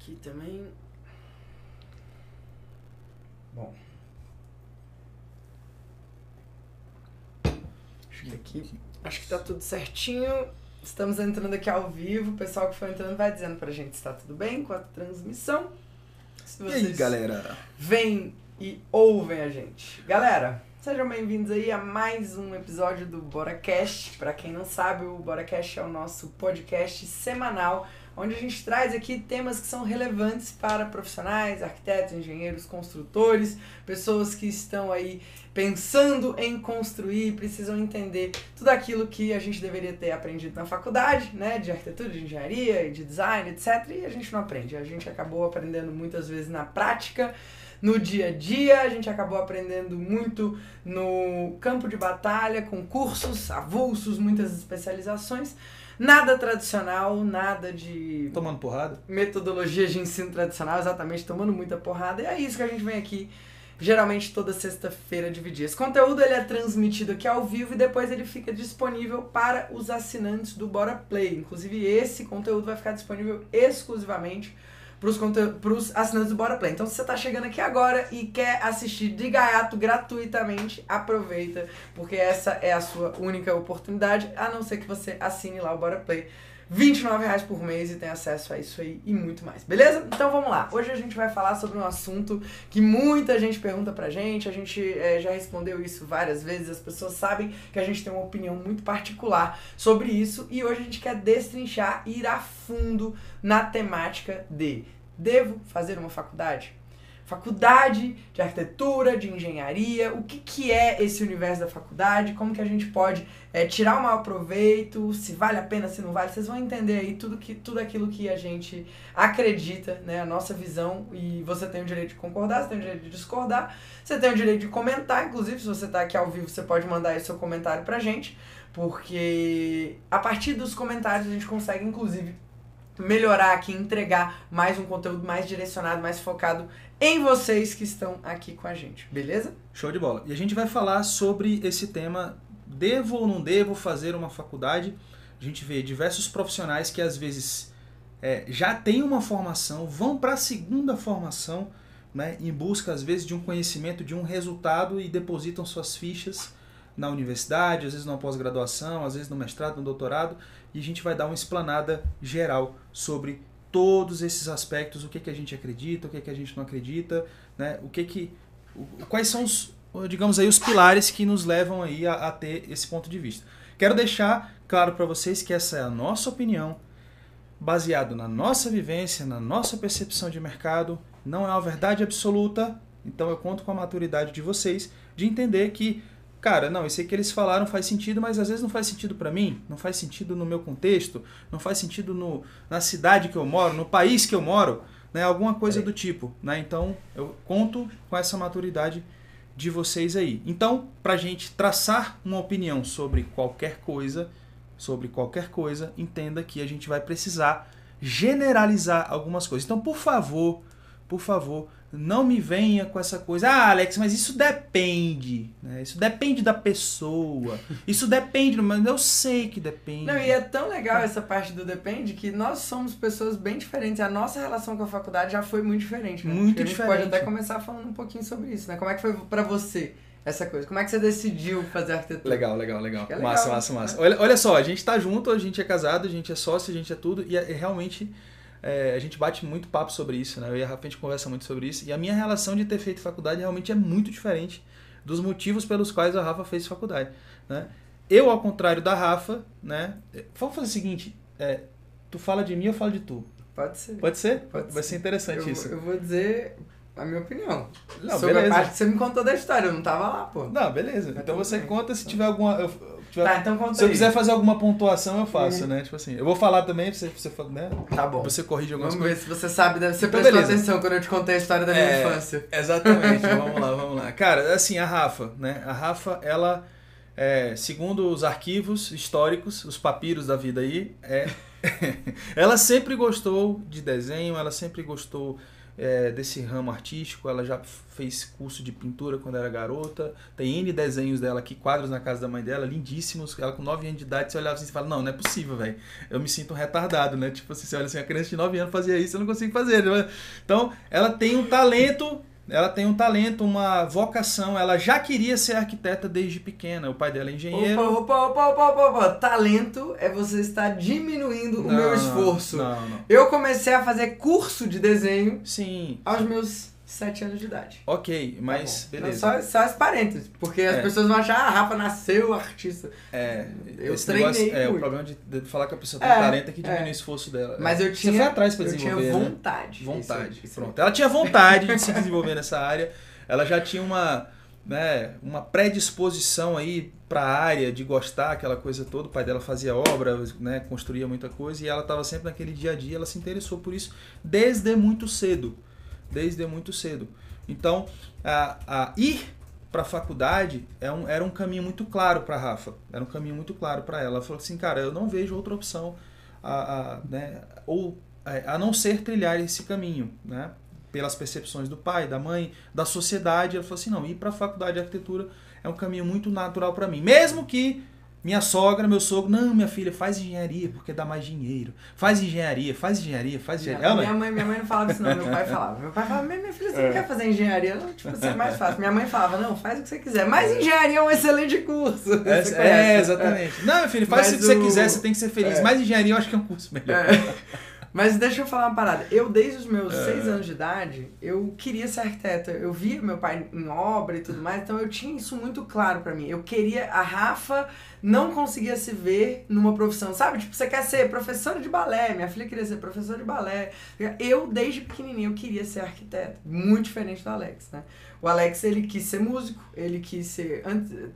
Aqui também. Bom. Acho que tá tudo certinho. Estamos entrando aqui ao vivo. O pessoal que for entrando vai dizendo pra gente se tá tudo bem com a transmissão. Se vocês e aí, galera? Vêm e ouvem a gente. Galera, sejam bem-vindos aí a mais um episódio do BoraCast. Pra quem não sabe, o BoraCast é o nosso podcast semanal, onde a gente traz aqui temas que são relevantes para profissionais, arquitetos, engenheiros, construtores, pessoas que estão aí pensando em construir, precisam entender tudo aquilo que a gente deveria ter aprendido na faculdade, né, de arquitetura, de engenharia, de design, etc. E a gente não aprende, a gente acabou aprendendo muitas vezes na prática, no dia a dia, a gente acabou aprendendo muito no campo de batalha, com cursos avulsos, muitas especializações. Nada tradicional, nada de... Tomando porrada? Metodologia de ensino tradicional, exatamente, tomando muita porrada. E é isso que a gente vem aqui, geralmente toda sexta-feira, dividir. Esse conteúdo ele é transmitido aqui ao vivo e depois ele fica disponível para os assinantes do Bora Play. Inclusive, esse conteúdo vai ficar disponível exclusivamente para os assinantes do Bora Play. Então, se você está chegando aqui agora e quer assistir de gaiato gratuitamente, aproveita, porque essa é a sua única oportunidade, a não ser que você assine lá o Bora Play. R$29 por mês e tem acesso a isso aí e muito mais, beleza? Então vamos lá, hoje a gente vai falar sobre um assunto que muita gente pergunta pra gente, a gente já respondeu isso várias vezes, as pessoas sabem que a gente tem uma opinião muito particular sobre isso e hoje a gente quer destrinchar e ir a fundo na temática de: devo fazer uma faculdade? Faculdade de arquitetura, de engenharia, o que é esse universo da faculdade, como que a gente pode tirar o maior proveito, se vale a pena, se não vale, vocês vão entender aí tudo aquilo que a gente acredita, né, a nossa visão, e você tem o direito de concordar, você tem o direito de discordar, você tem o direito de comentar, inclusive se você está aqui ao vivo você pode mandar aí seu comentário pra gente, porque a partir dos comentários a gente consegue inclusive melhorar aqui, entregar mais um conteúdo mais direcionado, mais focado em vocês que estão aqui com a gente, beleza? Show de bola. E a gente vai falar sobre esse tema: devo ou não devo fazer uma faculdade? A gente vê diversos profissionais que às vezes já têm uma formação, vão para a segunda formação, né, em busca às vezes de um conhecimento, de um resultado, e depositam suas fichas na universidade, às vezes na pós-graduação, às vezes no mestrado, no doutorado, e a gente vai dar uma explanada geral sobre todos esses aspectos, o que a gente acredita, o que a gente não acredita, né? Quais são os, digamos aí, os pilares que nos levam aí a ter esse ponto de vista. Quero deixar claro para vocês que essa é a nossa opinião, baseado na nossa vivência, na nossa percepção de mercado, não é uma verdade absoluta, então eu conto com a maturidade de vocês de entender que, cara, não, isso aí que eles falaram faz sentido, mas às vezes não faz sentido para mim, não faz sentido no meu contexto, não faz sentido na cidade que eu moro, no país que eu moro, né, alguma coisa do tipo, né? Então eu conto com essa maturidade de vocês aí. Então, pra gente traçar uma opinião sobre qualquer coisa, entenda que a gente vai precisar generalizar algumas coisas. Então, por favor, não me venha com essa coisa: ah, Alex, mas isso depende, né? Isso depende da pessoa, isso depende, mas eu sei que depende. Não, e é tão legal essa parte do depende que nós somos pessoas bem diferentes, a nossa relação com a faculdade já foi muito diferente, né? Muito a gente diferente. pode até começar falando um pouquinho sobre isso, né? Como é que foi pra você essa coisa? Como é que você decidiu fazer arquitetura? Legal. É Massa. Olha só, a gente tá junto, a gente é casado, a gente é sócio, a gente é tudo, e realmente... a gente bate muito papo sobre isso, né? Eu e a Rafa, a gente conversa muito sobre isso. E a minha relação de ter feito faculdade realmente é muito diferente dos motivos pelos quais a Rafa fez faculdade, né? Eu, ao contrário da Rafa, né? Vamos fazer o seguinte: tu fala de mim, eu falo de tu. Pode ser. Pode ser? Pode Vai ser interessante isso. Eu vou dizer a minha opinião. Não, sobre beleza. a parte que você me contou da história, eu não tava lá, pô. Não, beleza. Então você conta se tiver alguma... Tá, então conta Se eu aí. quiser fazer alguma pontuação, eu faço, né? Tipo assim, eu vou falar também, você né? Tá bom. Você corrige algumas Vamos coisas. ver se você sabe, você Então, prestou beleza. atenção quando eu te contei a história da minha infância. Exatamente, vamos lá. Cara, assim, a Rafa, né? A Rafa, ela, segundo os arquivos históricos, os papiros da vida aí, ela sempre gostou de desenho, ela sempre gostou desse ramo artístico, ela já fez curso de pintura quando era garota, tem N desenhos dela aqui, quadros na casa da mãe dela, lindíssimos, ela com 9 anos de idade, você olhava assim e fala, não é possível, velho, eu me sinto retardado, né? Tipo assim, você olha assim, a criança de 9 anos fazia isso, eu não consigo fazer, né? Então, ela tem um talento, uma vocação, ela já queria ser arquiteta desde pequena, o pai dela é engenheiro. Opa. Talento é você estar diminuindo o meu esforço. Não. Eu comecei a fazer curso de desenho Sim. aos meus 7 anos de idade. Ok, mas tá beleza. Só as parênteses, porque as pessoas vão achar, a Rafa nasceu artista. Eu treinei muito. O problema de falar que a pessoa tem talento é que diminui o esforço dela. Mas eu tinha, você foi atrás pra desenvolver, eu tinha vontade. Vontade. Pronto. Ela tinha vontade de se desenvolver nessa área. Ela já tinha uma predisposição aí para a área de gostar, aquela coisa toda. O pai dela fazia obra, né, construía muita coisa e ela estava sempre naquele dia a dia. Ela se interessou por isso desde muito cedo. Então, ir para a faculdade era um caminho muito claro para a Rafa. Era um caminho muito claro para ela. Ela falou assim, cara, eu não vejo outra opção a não ser trilhar esse caminho, né? Pelas percepções do pai, da mãe, da sociedade. Ela falou assim, não, ir para a faculdade de arquitetura é um caminho muito natural para mim. Mesmo que minha sogra, meu sogro, não, minha filha, faz engenharia porque dá mais dinheiro. Faz engenharia. Minha mãe não falava isso não, meu pai falava. Meu pai falava, minha filha, você não quer fazer engenharia? Não, tipo, isso é mais fácil. Minha mãe falava, não, faz o que você quiser. Mas engenharia é um excelente curso. Exatamente. Não, meu filho, faz o que você quiser, você tem que ser feliz. Mas engenharia eu acho que é um curso melhor. Mas deixa eu falar uma parada. Eu, desde os meus 6 anos de idade, eu queria ser arquiteta. Eu via meu pai em obra e tudo mais, então eu tinha isso muito claro pra mim. Eu queria... A Rafa não conseguia se ver numa profissão, sabe? Tipo, você quer ser professora de balé. Minha filha queria ser professora de balé. Eu, desde pequenininho, eu queria ser arquiteta. Muito diferente do Alex, né? O Alex, ele quis ser músico, ele quis ser...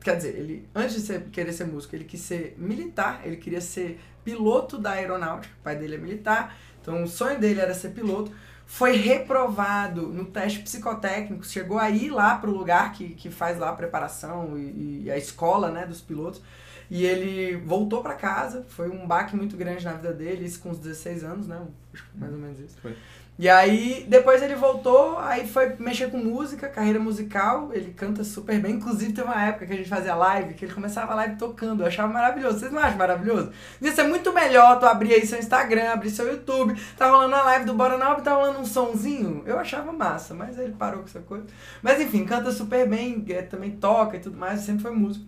antes de querer ser músico, ele quis ser militar, ele queria ser piloto da aeronáutica, o pai dele é militar, então o sonho dele era ser piloto. Foi reprovado no teste psicotécnico, chegou a ir lá pro lugar que faz lá a preparação e a escola, né, dos pilotos, e ele voltou para casa, foi um baque muito grande na vida dele, isso com uns 16 anos, né, acho que mais ou menos isso. Foi. E aí, depois ele voltou, aí foi mexer com música, carreira musical, ele canta super bem, inclusive teve uma época que a gente fazia live, que ele começava a live tocando, eu achava maravilhoso, vocês não acham maravilhoso? Isso é muito melhor, tu abrir aí seu Instagram, abrir seu YouTube, tá rolando a live do Bora Nova, tá rolando um sonzinho, eu achava massa, mas aí ele parou com essa coisa. Mas enfim, canta super bem, também toca e tudo mais, sempre foi músico,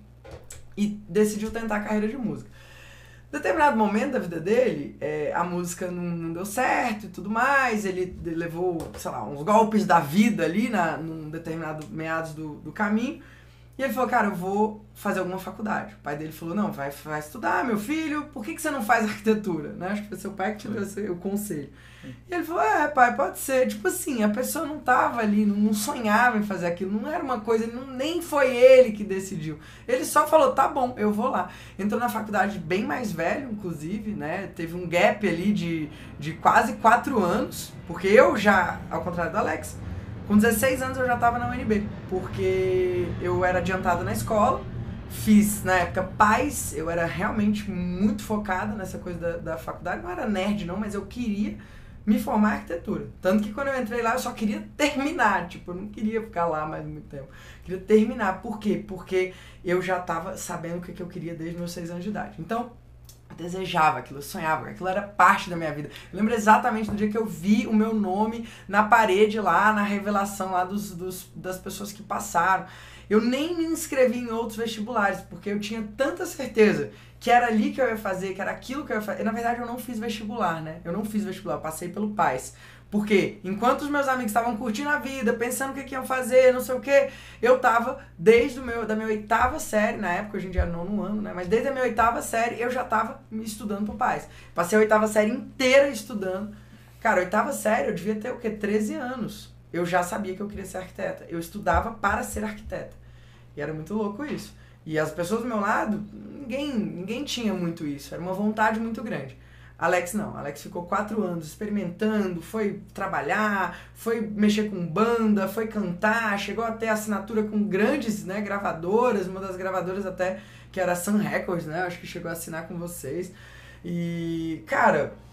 e decidiu tentar a carreira de música. Em determinado momento da vida dele, a música não deu certo e tudo mais, ele levou, sei lá, uns golpes da vida ali, num determinado meados do caminho, e ele falou, cara, eu vou fazer alguma faculdade. O pai dele falou, não, vai estudar, meu filho, por que você não faz arquitetura? Né? Acho que foi seu pai que te deu o conselho. E ele falou, pai, pode ser. Tipo assim, a pessoa não tava ali, não sonhava em fazer aquilo, não era uma coisa, nem foi ele que decidiu. Ele só falou, tá bom, eu vou lá. Entrou na faculdade bem mais velho, inclusive, né? Teve um gap ali de quase 4 anos, porque eu já, ao contrário do Alex, com 16 anos eu já tava na UNB, porque eu era adiantado na escola, fiz, na época, paz, eu era realmente muito focada nessa coisa da faculdade, não era nerd não, mas eu queria me formar em arquitetura. Tanto que quando eu entrei lá, eu só queria terminar, tipo, eu não queria ficar lá mais muito tempo. Eu queria terminar. Por quê? Porque eu já tava sabendo o que eu queria desde meus 6 anos de idade. Então, eu desejava aquilo, eu sonhava, aquilo era parte da minha vida. Eu lembro exatamente do dia que eu vi o meu nome na parede lá, na revelação lá das pessoas que passaram. Eu nem me inscrevi em outros vestibulares, porque eu tinha tanta certeza que era ali que eu ia fazer, que era aquilo que eu ia fazer. Na verdade, eu não fiz vestibular, né? Eu não fiz vestibular, eu passei pelo PAS. Porque enquanto os meus amigos estavam curtindo a vida, pensando o que iam fazer, não sei o que, eu tava desde da minha 8ª série, na época, hoje em dia é 9º ano, né? Mas desde a minha 8ª série eu já tava estudando pro PAS. Passei a 8ª série inteira estudando. Cara, 8ª série eu devia ter o quê? 13 anos. Eu já sabia que eu queria ser arquiteta. Eu estudava para ser arquiteta. E era muito louco isso. E as pessoas do meu lado, ninguém tinha muito isso. Era uma vontade muito grande. Alex não. Alex ficou 4 anos experimentando, foi trabalhar, foi mexer com banda, foi cantar, chegou a ter assinatura com grandes, né, gravadoras, uma das gravadoras até, que era a Sun Records, né? Acho que chegou a assinar com vocês. E, cara,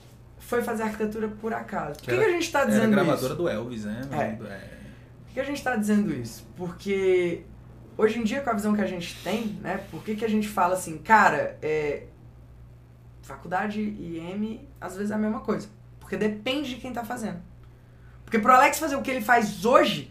foi fazer arquitetura por acaso. Por que a gente está dizendo isso? Era a gravadora do Elvis, né? Por que a gente está dizendo isso? Porque hoje em dia, com a visão que a gente tem, né? Por que a gente fala assim, cara, faculdade e M às vezes é a mesma coisa. Porque depende de quem tá fazendo. Porque pro Alex fazer o que ele faz hoje,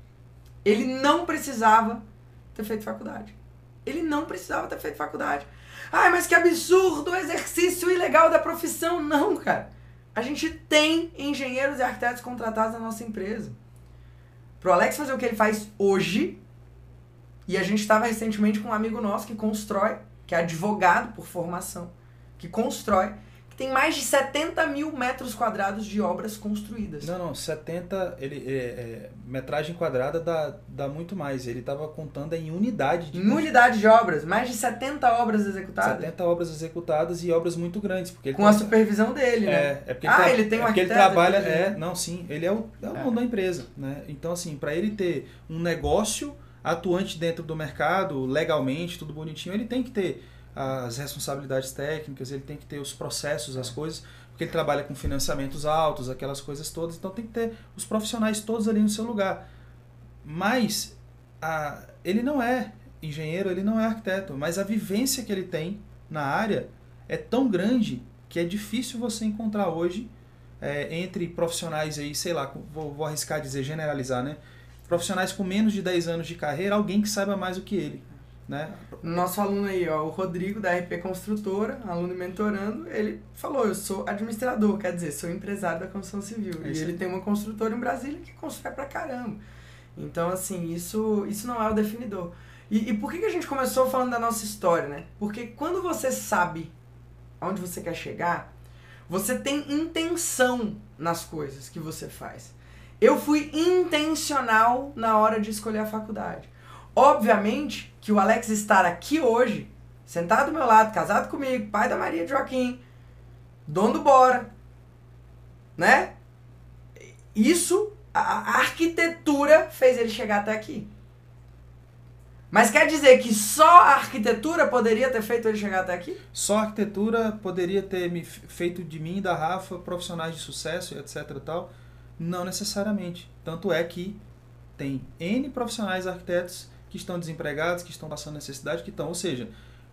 ele não precisava ter feito faculdade. Ele não precisava ter feito faculdade. Ai, mas que absurdo o exercício ilegal da profissão. Não, cara. A gente tem engenheiros e arquitetos contratados na nossa empresa. Pro Alex fazer o que ele faz hoje, e a gente estava recentemente com um amigo nosso que constrói, que é advogado por formação, que constrói, que tem mais de 70 mil metros quadrados de obras construídas. Não, 70, metragem quadrada dá muito mais. Ele estava contando em unidade de... Em unidade de obras, mais de 70 obras executadas. 70 obras executadas e obras muito grandes. Porque ele com a supervisão dele, né? Porque ele tem um arquiteto. Ele trabalha... Não, sim, ele é o dono da empresa, né? Então, assim, para ele ter um negócio atuante dentro do mercado, legalmente, tudo bonitinho, ele tem que ter as responsabilidades técnicas, ele tem que ter os processos, as coisas, porque ele trabalha com financiamentos altos, aquelas coisas todas, então tem que ter os profissionais todos ali no seu lugar. Mas ele não é engenheiro, ele não é arquiteto, mas a vivência que ele tem na área é tão grande que é difícil você encontrar hoje entre profissionais aí, sei lá, vou arriscar dizer, generalizar, né? Profissionais com menos de 10 anos de carreira, alguém que saiba mais do que ele. Né? Nosso aluno aí, ó, o Rodrigo, da RP Construtora, aluno mentorando, ele falou, eu sou administrador, quer dizer, sou empresário da construção civil. E ele tem uma construtora em Brasília que constrói pra caramba. Então, assim, isso não é o definidor. E por que a gente começou falando da nossa história, né? Porque quando você sabe aonde você quer chegar, você tem intenção nas coisas que você faz. Eu fui intencional na hora de escolher a faculdade. Obviamente que o Alex estar aqui hoje, sentado do meu lado, casado comigo, pai da Maria Joaquim, dono do Bora, né? Isso, a arquitetura fez ele chegar até aqui. Mas quer dizer que só a arquitetura poderia ter feito ele chegar até aqui? Só a arquitetura poderia ter feito de mim e da Rafa profissionais de sucesso, etc e tal? Não necessariamente. Tanto é que tem N profissionais arquitetos que estão desempregados, que estão passando necessidade, que estão... Ou seja,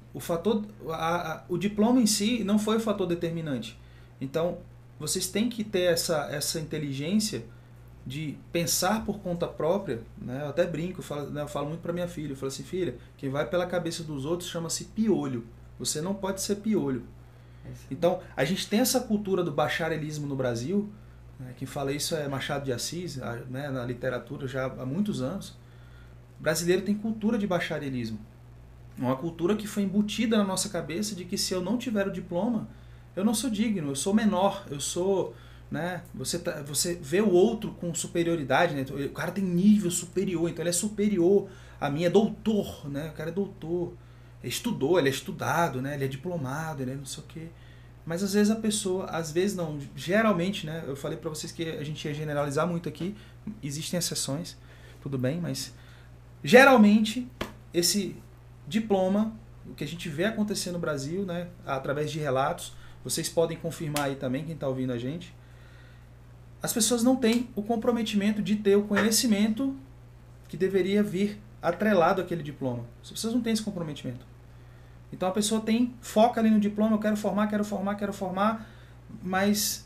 o diploma em si não foi o fator determinante. Então, vocês têm que ter essa inteligência de pensar por conta própria, né? Eu até brinco, eu falo muito para minha filha, eu falo assim, filha, quem vai pela cabeça dos outros chama-se piolho. Você não pode ser piolho. Então, a gente tem essa cultura do bacharelismo no Brasil, né? Quem fala isso é Machado de Assis, né? Na literatura já há muitos anos. O brasileiro tem cultura de bacharelismo. Uma cultura que foi embutida na nossa cabeça de que se eu não tiver o diploma, eu não sou digno, eu sou menor, eu sou... Né? Você vê o outro com superioridade, né? O cara tem nível superior, então ele é superior a mim, é doutor, né? O cara é doutor, ele estudou, ele é estudado, né? Ele é diplomado, ele é não sei o quê. Mas às vezes a pessoa, às vezes não, geralmente, né? Eu falei pra vocês que a gente ia generalizar muito aqui, existem exceções, tudo bem, mas geralmente esse diploma, o que a gente vê acontecer no Brasil, né? Através de relatos, vocês podem confirmar aí também, quem está ouvindo a gente, as pessoas não têm o comprometimento de ter o conhecimento que deveria vir atrelado àquele diploma. As pessoas não têm esse comprometimento. Então a pessoa foca ali no diploma, eu quero formar, mas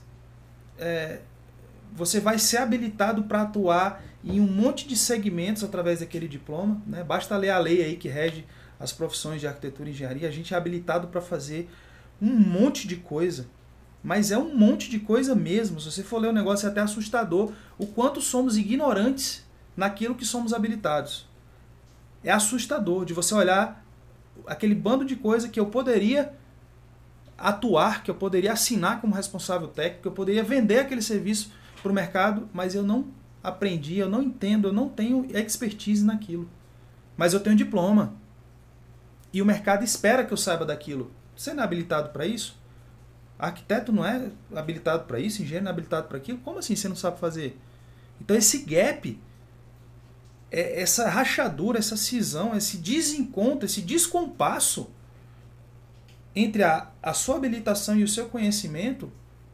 você vai ser habilitado para atuar em um monte de segmentos através daquele diploma, né? Basta ler a lei aí que rege as profissões de arquitetura e engenharia, a gente é habilitado para fazer um monte de coisa. Mas é um monte de coisa mesmo. Se você for ler o negócio, é até assustador o quanto somos ignorantes naquilo que somos habilitados. É assustador de você olhar aquele bando de coisa que eu poderia atuar, que eu poderia assinar como responsável técnico, que eu poderia vender aquele serviço para o mercado, mas eu não aprendi, eu não entendo, eu não tenho expertise naquilo. Mas eu tenho diploma. E o mercado espera que eu saiba daquilo. Você não é habilitado para isso? Arquiteto não é habilitado para isso, engenheiro não é habilitado para aquilo, como assim você não sabe fazer? Então esse gap, essa rachadura, essa cisão, esse desencontro, esse descompasso entre a sua habilitação e o seu conhecimento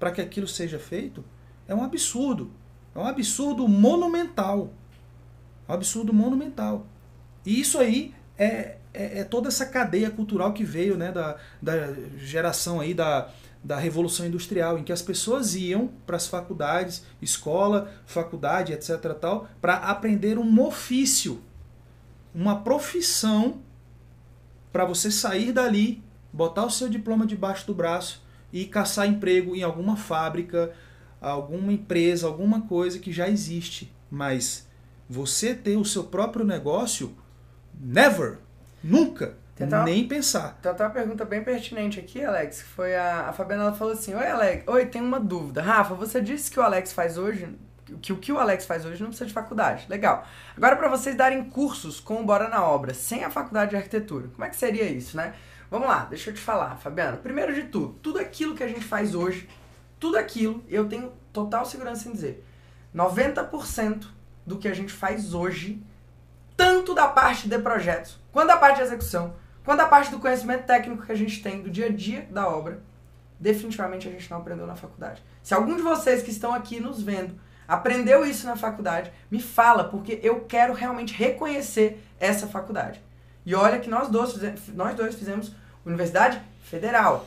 para que aquilo seja feito, é um absurdo. É um absurdo monumental. É um absurdo monumental. E isso aí é toda essa cadeia cultural que veio, né, da geração aí da Revolução Industrial, em que as pessoas iam para as faculdades, escola, faculdade, etc. tal, para aprender um ofício, uma profissão, para você sair dali, botar o seu diploma debaixo do braço e caçar emprego em alguma fábrica, alguma empresa, alguma coisa que já existe. Mas você ter o seu próprio negócio, never, nunca, nem pensar. Tem até uma pergunta bem pertinente aqui, Alex, que foi a Fabiana, ela falou assim: Oi, Alex, oi, tem uma dúvida. Rafa, você disse que o Alex faz hoje, que o que o Alex faz hoje não precisa de faculdade. Legal. Agora, para vocês darem cursos com o Bora na Obra, sem a faculdade de arquitetura, como é que seria isso, né? Vamos lá, deixa eu te falar, Fabiana. Primeiro de tudo aquilo que a gente faz hoje, tudo aquilo, eu tenho total segurança em dizer, 90% do que a gente faz hoje, tanto da parte de projetos, quanto da parte de execução, quanto da parte do conhecimento técnico que a gente tem do dia a dia da obra, definitivamente a gente não aprendeu na faculdade. Se algum de vocês que estão aqui nos vendo aprendeu isso na faculdade, me fala, porque eu quero realmente reconhecer essa faculdade. E olha que nós dois fizemos Universidade Federal,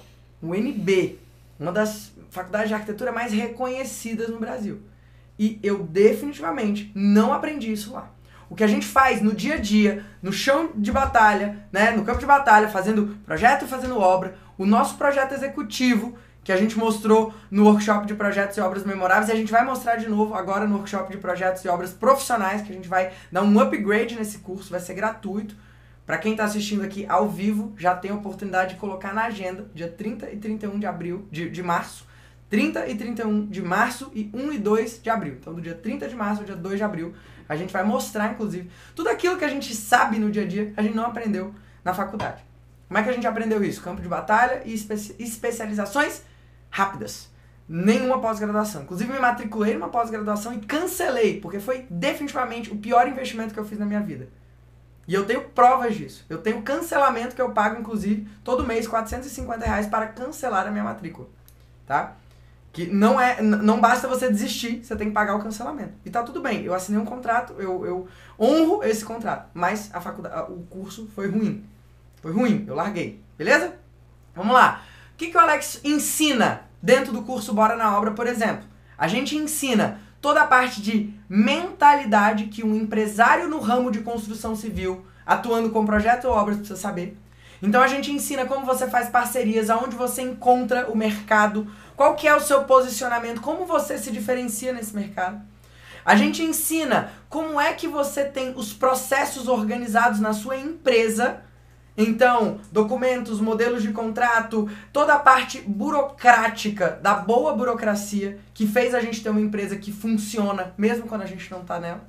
UNB, uma das faculdades de arquitetura mais reconhecidas no Brasil. E eu definitivamente não aprendi isso lá. O que a gente faz no dia a dia, no chão de batalha, né, no campo de batalha, fazendo projeto e fazendo obra, o nosso projeto executivo, que a gente mostrou no workshop de projetos e obras memoráveis, e a gente vai mostrar de novo agora no workshop de projetos e obras profissionais, que a gente vai dar um upgrade nesse curso, vai ser gratuito. Para quem está assistindo aqui ao vivo, já tem a oportunidade de colocar na agenda, dia 30 e 31 de março, 30 e 31 de março e 1 e 2 de abril. Então, do dia 30 de março ao dia 2 de abril, a gente vai mostrar, inclusive, tudo aquilo que a gente sabe no dia a dia, a gente não aprendeu na faculdade. Como é que a gente aprendeu isso? Campo de batalha e especializações rápidas. Nenhuma pós-graduação. Inclusive, me matriculei numa pós-graduação e cancelei, porque foi definitivamente o pior investimento que eu fiz na minha vida. E eu tenho provas disso. Eu tenho cancelamento que eu pago, inclusive, todo mês, R$450 para cancelar a minha matrícula. Tá? Que não basta você desistir, você tem que pagar o cancelamento. E tá tudo bem, eu assinei um contrato, eu honro esse contrato, mas o curso foi ruim. Foi ruim, eu larguei. Beleza? Vamos lá. O que o Alex ensina dentro do curso Bora na Obra, por exemplo? A gente ensina toda a parte de mentalidade que um empresário no ramo de construção civil, atuando com projeto ou obras, precisa saber. Então a gente ensina como você faz parcerias, aonde você encontra o mercado, qual que é o seu posicionamento, como você se diferencia nesse mercado. A gente ensina como é que você tem os processos organizados na sua empresa. Então, documentos, modelos de contrato, toda a parte burocrática, da boa burocracia, que fez a gente ter uma empresa que funciona, mesmo quando a gente não está nela.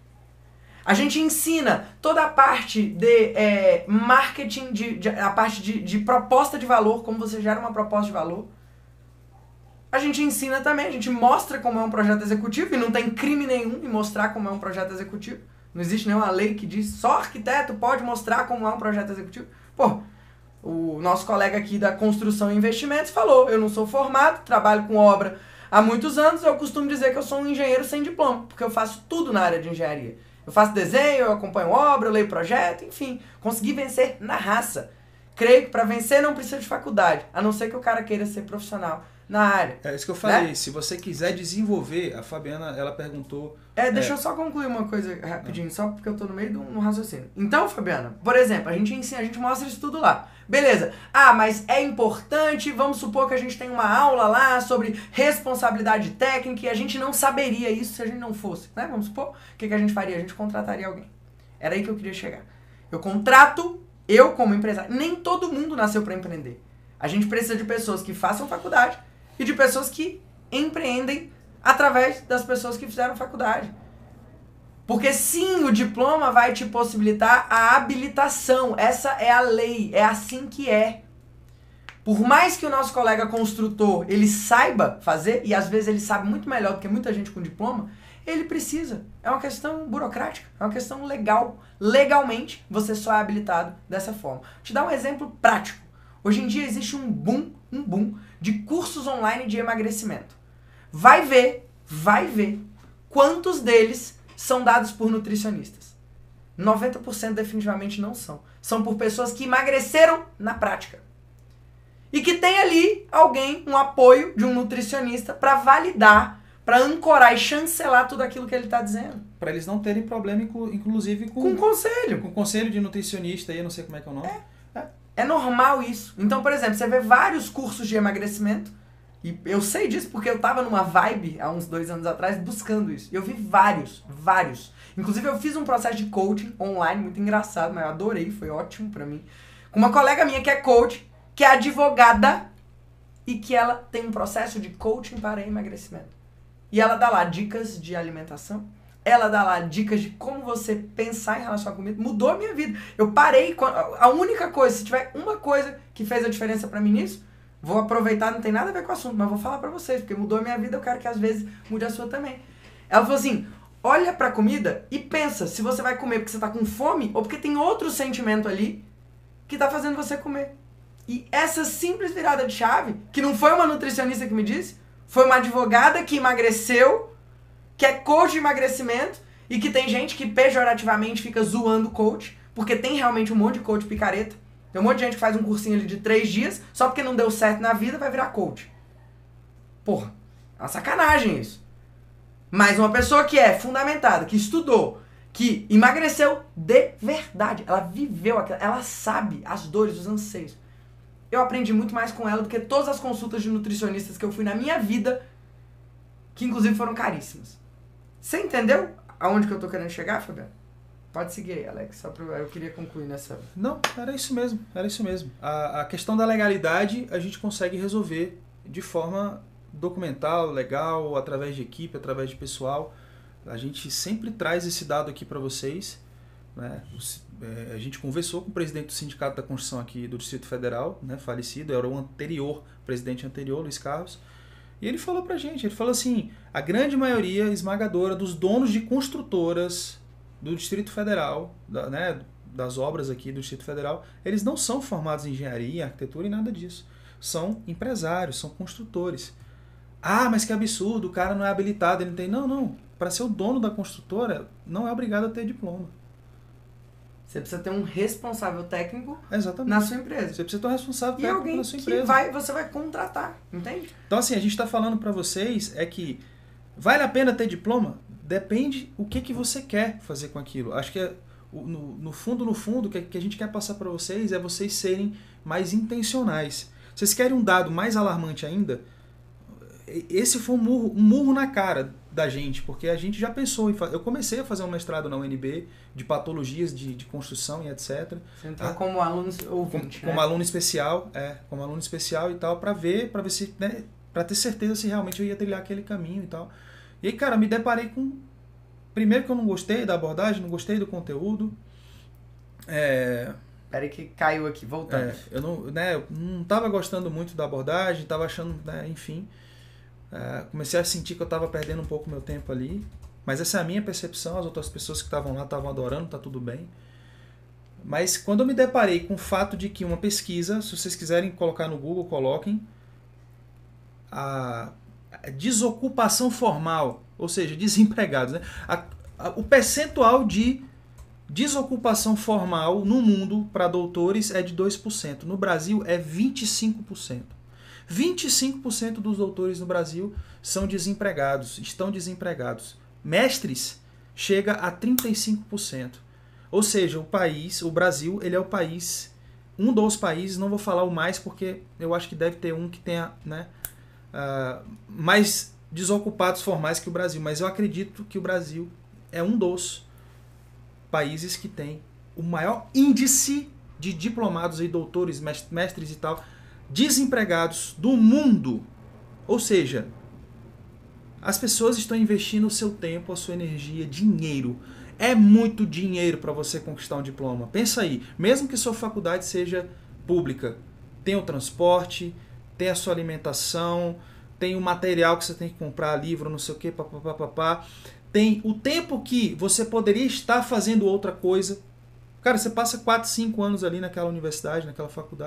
A gente ensina toda a parte de marketing, a parte de proposta de valor, como você gera uma proposta de valor. A gente ensina também, a gente mostra como é um projeto executivo, e não tem crime nenhum em mostrar como é um projeto executivo. Não existe nenhuma lei que diz só arquiteto pode mostrar como é um projeto executivo. Pô, o nosso colega aqui da Construção e Investimentos falou, eu não sou formado, trabalho com obra há muitos anos, eu costumo dizer que eu sou um engenheiro sem diploma, porque eu faço tudo na área de engenharia. Eu faço desenho, eu acompanho obra, eu leio projeto, enfim, consegui vencer na raça. Creio que para vencer não precisa de faculdade, a não ser que o cara queira ser profissional na área. É isso que eu falei, né? Se você quiser desenvolver, a Fabiana, ela perguntou... Deixa eu só concluir uma coisa rapidinho, só porque eu tô no meio de um raciocínio. Então, Fabiana, por exemplo, a gente ensina, a gente mostra isso tudo lá. Beleza. Ah, mas é importante, vamos supor que a gente tem uma aula lá sobre responsabilidade técnica e a gente não saberia isso se a gente não fosse, né? Vamos supor, o que a gente faria? A gente contrataria alguém. Era aí que eu queria chegar. Eu contrato, eu como empresário, nem todo mundo nasceu para empreender. A gente precisa de pessoas que façam faculdade e de pessoas que empreendem através das pessoas que fizeram faculdade. Porque sim, o diploma vai te possibilitar a habilitação. Essa é a lei, é assim que é. Por mais que o nosso colega construtor, ele saiba fazer, e às vezes ele sabe muito melhor do que muita gente com diploma, ele precisa. É uma questão burocrática, é uma questão legal. Legalmente, você só é habilitado dessa forma. Vou te dar um exemplo prático. Hoje em dia existe um boom de cursos online de emagrecimento. Vai ver quantos deles são dados por nutricionistas. 90% definitivamente não são. São por pessoas que emagreceram na prática. E que tem ali alguém, um apoio de um nutricionista para validar, para ancorar e chancelar tudo aquilo que ele está dizendo. Para eles não terem problema, inclusive com conselho. Com conselho de nutricionista, aí eu não sei como é que é o nome. É normal isso. Então, por exemplo, você vê vários cursos de emagrecimento, e eu sei disso porque eu tava numa vibe, há uns 2 anos atrás, buscando isso. E eu vi vários. Inclusive, eu fiz um processo de coaching online, muito engraçado, mas eu adorei, foi ótimo pra mim. Com uma colega minha que é coach, que é advogada, e que ela tem um processo de coaching para emagrecimento. E ela dá lá dicas de alimentação, ela dá lá dicas de como você pensar em relação à comida. Mudou a minha vida. Eu parei, a única coisa, se tiver uma coisa que fez a diferença pra mim nisso, vou aproveitar, não tem nada a ver com o assunto, mas vou falar pra vocês, porque mudou a minha vida, eu quero que às vezes mude a sua também. Ela falou assim, olha pra comida e pensa se você vai comer porque você tá com fome ou porque tem outro sentimento ali que tá fazendo você comer. E essa simples virada de chave, que não foi uma nutricionista que me disse, foi uma advogada que emagreceu, que é coach de emagrecimento, e que tem gente que pejorativamente fica zoando coach, porque tem realmente um monte de coach picareta. Tem um monte de gente que faz um cursinho ali de 3 dias, só porque não deu certo na vida vai virar coach. Porra, é uma sacanagem isso. Mas uma pessoa que é fundamentada, que estudou, que emagreceu de verdade, ela viveu aquilo, ela sabe as dores, os anseios. Eu aprendi muito mais com ela do que todas as consultas de nutricionistas que eu fui na minha vida, que inclusive foram caríssimas. Você entendeu aonde que eu tô querendo chegar, Fabiano? Pode seguir aí, Alex. Eu queria concluir nessa... Não, era isso mesmo. A questão da legalidade a gente consegue resolver de forma documental, legal, através de equipe, através de pessoal. A gente sempre traz esse dado aqui para vocês, né? A gente conversou com o presidente do Sindicato da Construção aqui do Distrito Federal, né, falecido, era o presidente anterior, Luiz Carlos, e ele falou pra gente, ele falou assim, a grande maioria esmagadora dos donos de construtoras do Distrito Federal, né, das obras aqui do Distrito Federal, eles não são formados em engenharia, arquitetura e nada disso. São empresários, são construtores. Ah, mas que absurdo, o cara não é habilitado, ele não tem... Não. Para ser o dono da construtora, não é obrigado a ter diploma. Você precisa ter um responsável técnico Exatamente. na sua empresa. Você precisa ter um responsável e técnico alguém na sua empresa. Que você vai contratar, entende? Então, assim, a gente está falando para vocês é que vale a pena ter diploma? Depende o que você quer fazer com aquilo. Acho que no fundo, o que a gente quer passar para vocês é vocês serem mais intencionais. Vocês querem um dado mais alarmante ainda? Esse foi um murro na cara da gente, porque a gente já pensou em fazer. Eu comecei a fazer um mestrado na UNB de patologias de construção e etc. Você entrou como aluno ouvinte, como aluno especial, como aluno especial e tal, para ver se, né, para ter certeza se realmente eu ia trilhar aquele caminho e tal. E aí, cara, me deparei com... Primeiro que eu não gostei da abordagem, não gostei do conteúdo. Peraí que caiu aqui, voltando. Eu não tava gostando muito da abordagem, tava achando, né, enfim... comecei a sentir que eu estava perdendo um pouco meu tempo ali, mas essa é a minha percepção, as outras pessoas que estavam lá estavam adorando, tá tudo bem. Mas quando eu me deparei com o fato de que uma pesquisa, se vocês quiserem colocar no Google, coloquem, a desocupação formal, ou seja, desempregados, né? O percentual de desocupação formal no mundo para doutores é de 2%, no Brasil é 25%. 25% dos doutores no Brasil são desempregados, estão desempregados. Mestres chega a 35%. Ou seja, o Brasil, ele é o país, um dos países, não vou falar o mais porque eu acho que deve ter um que tenha, né, mais desocupados formais que o Brasil, mas eu acredito que o Brasil é um dos países que tem o maior índice de diplomados e doutores, mestres e tal, desempregados do mundo. Ou seja, as pessoas estão investindo o seu tempo, a sua energia, dinheiro. É muito dinheiro para você conquistar um diploma. Pensa aí, mesmo que sua faculdade seja pública, tem o transporte, tem a sua alimentação, tem o material que você tem que comprar, livro, não sei o que, papapá. Tem o tempo que você poderia estar fazendo outra coisa. Cara, você passa 4, 5 anos ali naquela universidade, naquela faculdade.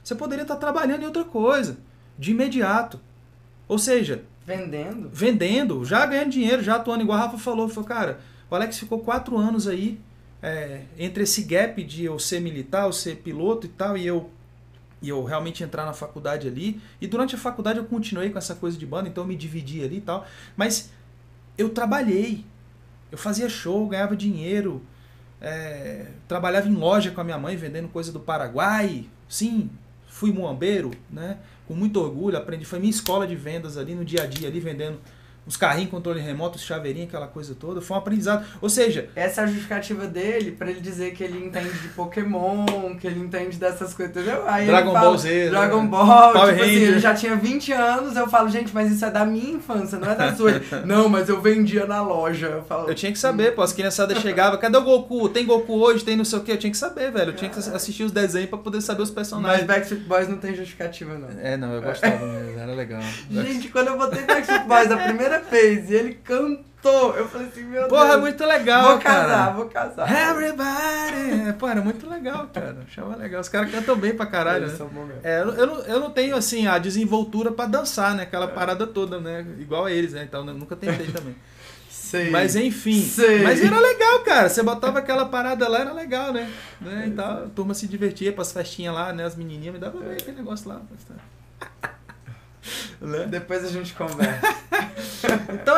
Você poderia estar trabalhando em outra coisa, de imediato. Ou seja... Vendendo, já ganhando dinheiro, já atuando, igual a Rafa falou, cara, o Alex ficou 4 anos aí, entre esse gap de eu ser militar, eu ser piloto e tal, e eu realmente entrar na faculdade ali, e durante a faculdade eu continuei com essa coisa de banda, então eu me dividi ali e tal, mas eu trabalhei, eu fazia show, ganhava dinheiro, trabalhava em loja com a minha mãe, vendendo coisa do Paraguai, sim, fui muambeiro, né? Com muito orgulho, aprendi, foi minha escola de vendas ali no dia a dia, ali vendendo os carrinhos, controle remoto, os chaveirinhos, aquela coisa toda, foi um aprendizado. Ou seja... Essa é a justificativa dele pra ele dizer que ele entende de Pokémon, que ele entende dessas coisas, entendeu? Aí Dragon Ball Z, Dragon Ball, Power tipo assim, Ranger. ele já tinha 20 anos, eu falo, gente, mas isso é da minha infância, não é da sua. Não, mas eu vendia na loja. Eu tinha que saber, pô, as criançadas chegavam, cadê o Goku? Tem Goku hoje, tem não sei o que, eu tinha que saber, velho, eu tinha que assistir os desenhos pra poder saber os personagens. Mas Backstreet Boys não tem justificativa, não. Não, eu gostava mesmo, era legal. Gente, quando eu botei Backstreet Boys a primeira vez e ele cantou, eu falei assim, meu Porra, Deus. é muito legal, Vou casar. Everybody! Pô, era muito legal, cara. Achava legal. Os caras cantam bem pra caralho, né? Eu não tenho, assim, a desenvoltura pra dançar, né? Aquela parada toda, né? Igual a eles, né? Então, eu nunca tentei também. Sei. Mas, enfim. Sei. Mas era legal, cara. Você botava aquela parada lá, era legal, né? E tal, a turma se divertia pras festinhas lá, né? As menininhas me davam bem aquele negócio lá. Né? Depois a gente conversa. Então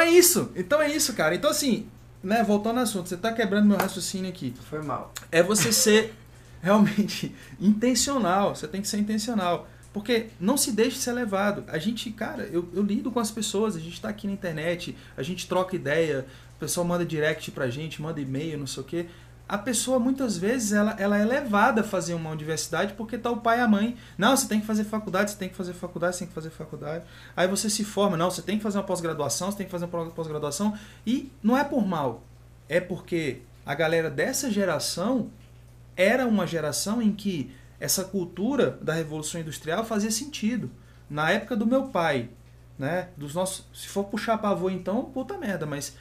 é isso, cara. Então assim, né, voltando ao assunto, você tá quebrando meu raciocínio aqui. Foi mal. É você ser realmente intencional, você tem que ser intencional. Porque não se deixe ser levado. A gente, cara, eu lido com as pessoas, a gente tá aqui na internet, a gente troca ideia, o pessoal manda direct pra gente, manda e-mail, não sei o quê. A pessoa, muitas vezes, ela é levada a fazer uma universidade porque tá o pai e a mãe. Não, você tem que fazer faculdade, você tem que fazer faculdade, você tem que fazer faculdade. Aí você se forma, não, você tem que fazer uma pós-graduação, você tem que fazer uma pós-graduação. E não é por mal, é porque a galera dessa geração era uma geração em que essa cultura da Revolução Industrial fazia sentido. Na época do meu pai, né, dos nossos, se for puxar para avô então, puta merda, mas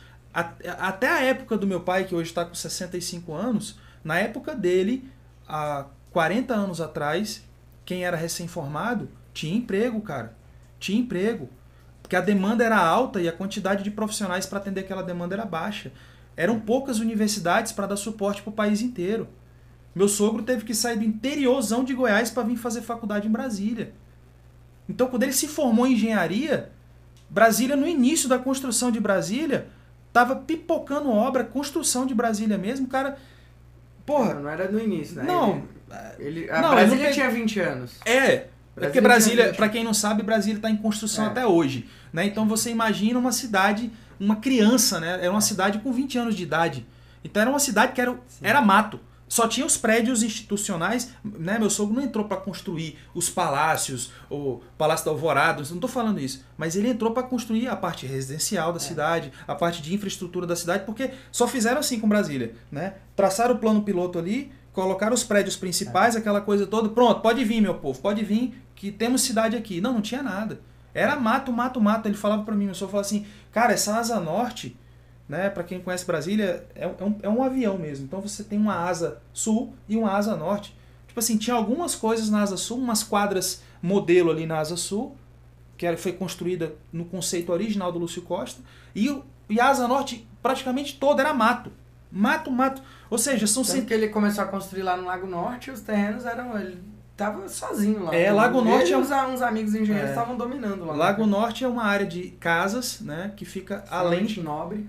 até a época do meu pai, que hoje está com 65 anos, na época dele, há 40 anos atrás, quem era recém-formado tinha emprego, cara. Tinha emprego. Porque a demanda era alta e a quantidade de profissionais para atender aquela demanda era baixa. Eram poucas universidades para dar suporte para o país inteiro. Meu sogro teve que sair do interiorzão de Goiás para vir fazer faculdade em Brasília. Então, quando ele se formou em engenharia, Brasília, no início da construção de Brasília, tava pipocando obra, construção de Brasília mesmo, cara. Porra. Não era no início, né? Não. Brasília tinha 20 anos. É porque Brasília, para quem não sabe, Brasília está em construção até hoje, né? Então você imagina uma cidade, uma criança, né? Era uma cidade com 20 anos de idade. Então era uma cidade que era mato. Só tinha os prédios institucionais, né? Meu sogro não entrou para construir os palácios, o Palácio da Alvorada, não estou falando isso. Mas ele entrou para construir a parte residencial da cidade, a parte de infraestrutura da cidade, porque só fizeram assim com Brasília, né? Traçaram o plano piloto ali, colocaram os prédios principais, aquela coisa toda. Pronto, pode vir, meu povo, pode vir, que temos cidade aqui. Não tinha nada. Era mato, mato, mato. Ele falava para mim, meu sogro falava assim, cara, essa asa norte... Né? Para quem conhece Brasília, é um avião mesmo. Então você tem uma asa sul e uma asa norte. Tipo assim, tinha algumas coisas na asa sul, umas quadras modelo ali na asa sul, que foi construída no conceito original do Lúcio Costa, e a asa norte praticamente toda era mato. Mato, mato. Ou seja, são... Tanto que ele começou a construir lá no Lago Norte, os terrenos eram... Ele tava sozinho lá. Lago Norte ele e uns amigos engenheiros estavam dominando lá. Lago Norte é uma área de casas, né, que fica além... nobre.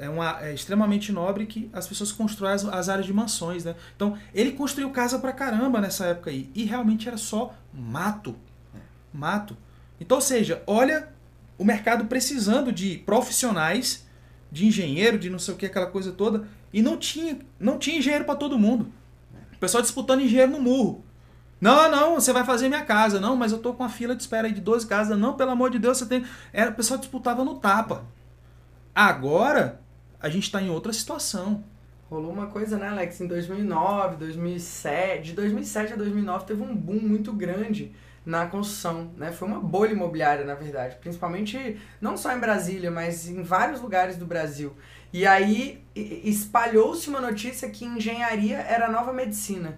É extremamente nobre que as pessoas constroem as áreas de mansões, né? Então, ele construiu casa pra caramba nessa época aí. E realmente era só mato. Mato. Então, ou seja, olha o mercado precisando de profissionais, de engenheiro, de não sei o que, aquela coisa toda. E não tinha engenheiro pra todo mundo. O pessoal disputando engenheiro no murro. Não, você vai fazer minha casa. Não, mas eu tô com uma fila de espera aí de 12 casas. Não, pelo amor de Deus, você tem... O pessoal disputava no tapa. Agora, a gente está em outra situação. Rolou uma coisa, né, Alex? Em 2009, 2007... De 2007 a 2009 teve um boom muito grande na construção, né? Foi uma bolha imobiliária, na verdade. Principalmente, não só em Brasília, mas em vários lugares do Brasil. E aí, espalhou-se uma notícia que engenharia era a nova medicina.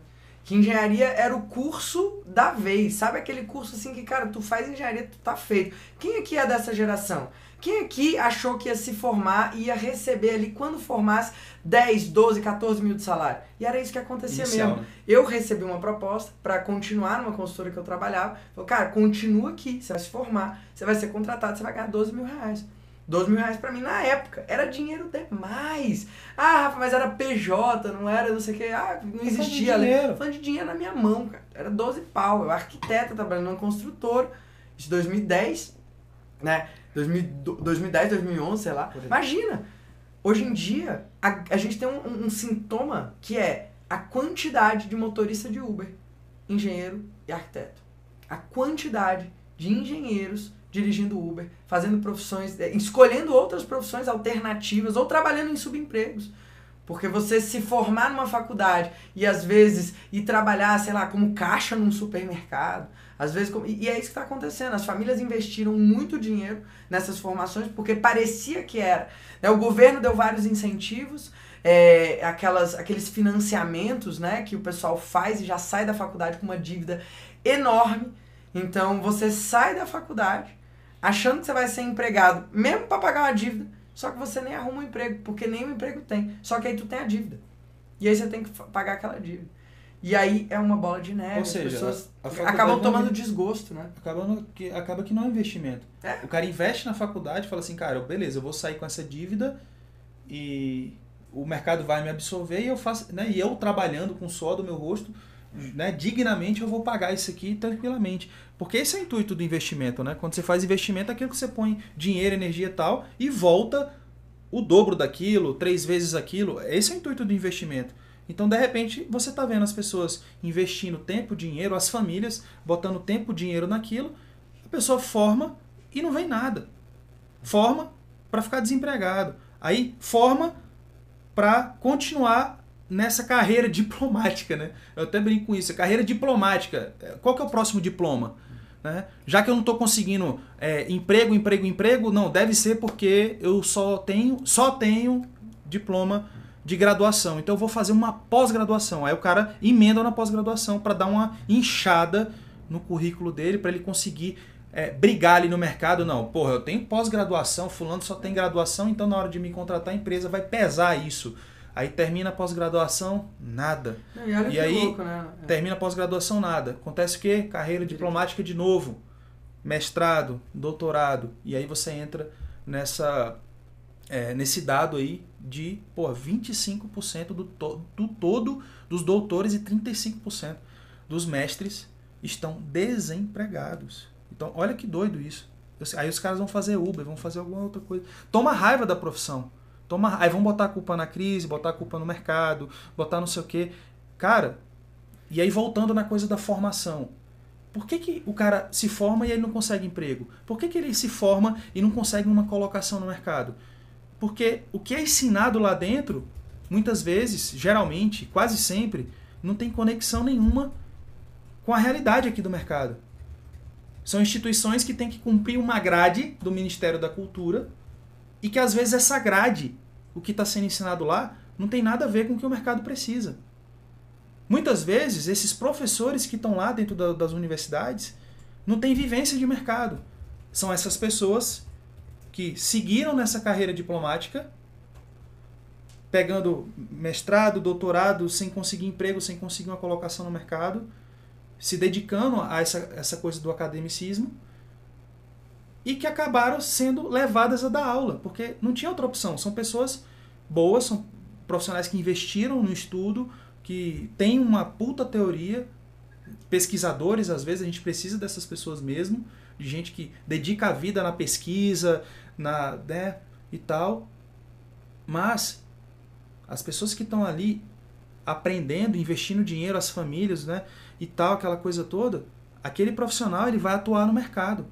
que engenharia era o curso da vez. Sabe aquele curso assim que, cara, tu faz engenharia, tu tá feito. Quem aqui é dessa geração? Quem aqui achou que ia se formar e ia receber ali, quando formasse, 10, 12, 14 mil de salário? E era isso que acontecia mesmo. Eu recebi uma proposta para continuar numa consultora que eu trabalhava. Falei, cara, continua aqui, você vai se formar, você vai ser contratado, você vai ganhar 12 mil reais. 12 mil reais pra mim na época era dinheiro demais. Ah, Rafa, mas era PJ, não era não sei o que. Ah, não existia. Falando de dinheiro na minha mão, cara. Era 12 pau. Eu arquiteta, trabalhando numa construtora. Isso 2010, né? 2010, 2011, sei lá. Imagina. Hoje em dia, a gente tem um sintoma que é a quantidade de motorista de Uber, engenheiro e arquiteto. A quantidade de engenheiros dirigindo Uber, fazendo profissões, escolhendo outras profissões alternativas ou trabalhando em subempregos. Porque você se formar numa faculdade e às vezes ir trabalhar, sei lá, como caixa num supermercado, às vezes, e é isso que está acontecendo. As famílias investiram muito dinheiro nessas formações porque parecia que era. O governo deu vários incentivos, aqueles financiamentos, né, que o pessoal faz e já sai da faculdade com uma dívida enorme. Então você sai da faculdade achando que você vai ser empregado, mesmo para pagar uma dívida, só que você nem arruma um emprego, porque nem um emprego tem. Só que aí tu tem a dívida. E aí você tem que pagar aquela dívida. E aí é uma bola de neve. Ou seja, as pessoas acabam tomando desgosto, né? Acaba que não é investimento. O cara investe na faculdade e fala assim, cara, beleza, eu vou sair com essa dívida e o mercado vai me absorver e eu faço, né, e eu trabalhando com o suor do meu rosto, né, dignamente eu vou pagar isso aqui tranquilamente. Porque esse é o intuito do investimento, né? Quando você faz investimento, é aquilo que você põe dinheiro, energia e tal, e volta o dobro daquilo, 3 vezes aquilo. Esse é o intuito do investimento. Então, de repente, você está vendo as pessoas investindo tempo, dinheiro, as famílias botando tempo, dinheiro naquilo, a pessoa forma e não vem nada. Forma para ficar desempregado. Aí, forma para continuar nessa carreira diplomática, né? Eu até brinco com isso. Carreira diplomática. Qual que é o próximo diploma? Né? Já que eu não estou conseguindo emprego, não, deve ser porque eu só tenho diploma de graduação. Então eu vou fazer uma pós-graduação. Aí o cara emenda na pós-graduação para dar uma inchada no currículo dele, para ele conseguir brigar ali no mercado. Não, porra, eu tenho pós-graduação, fulano só tem graduação, então na hora de me contratar a empresa vai pesar isso. Aí termina a pós-graduação, nada. E aí louco, né? termina a pós-graduação, nada. Acontece o quê? Carreira diplomática de novo. Mestrado, doutorado. E aí você entra nesse dado aí de 25% do todo dos doutores e 35% dos mestres estão desempregados. Então, olha que doido isso. Aí os caras vão fazer Uber, vão fazer alguma outra coisa. Toma raiva da profissão. Aí vão botar a culpa na crise, botar a culpa no mercado, botar não sei o quê. Cara, e aí voltando na coisa da formação. Por que o cara se forma e ele não consegue emprego? Por que ele se forma e não consegue uma colocação no mercado? Porque o que é ensinado lá dentro, muitas vezes, geralmente, quase sempre, não tem conexão nenhuma com a realidade aqui do mercado. São instituições que têm que cumprir uma grade do Ministério da Cultura e que às vezes essa grade, o que está sendo ensinado lá, não tem nada a ver com o que o mercado precisa. Muitas vezes, esses professores que estão lá dentro das universidades não têm vivência de mercado. São essas pessoas que seguiram nessa carreira diplomática, pegando mestrado, doutorado, sem conseguir emprego, sem conseguir uma colocação no mercado, se dedicando a essa coisa do academicismo, e que acabaram sendo levadas a dar aula, porque não tinha outra opção. São pessoas boas, são profissionais que investiram no estudo, que têm uma puta teoria, pesquisadores, às vezes a gente precisa dessas pessoas mesmo, de gente que dedica a vida na pesquisa, né, e tal. Mas as pessoas que estão ali aprendendo, investindo dinheiro, as famílias, né, e tal, aquela coisa toda, aquele profissional ele vai atuar no mercado.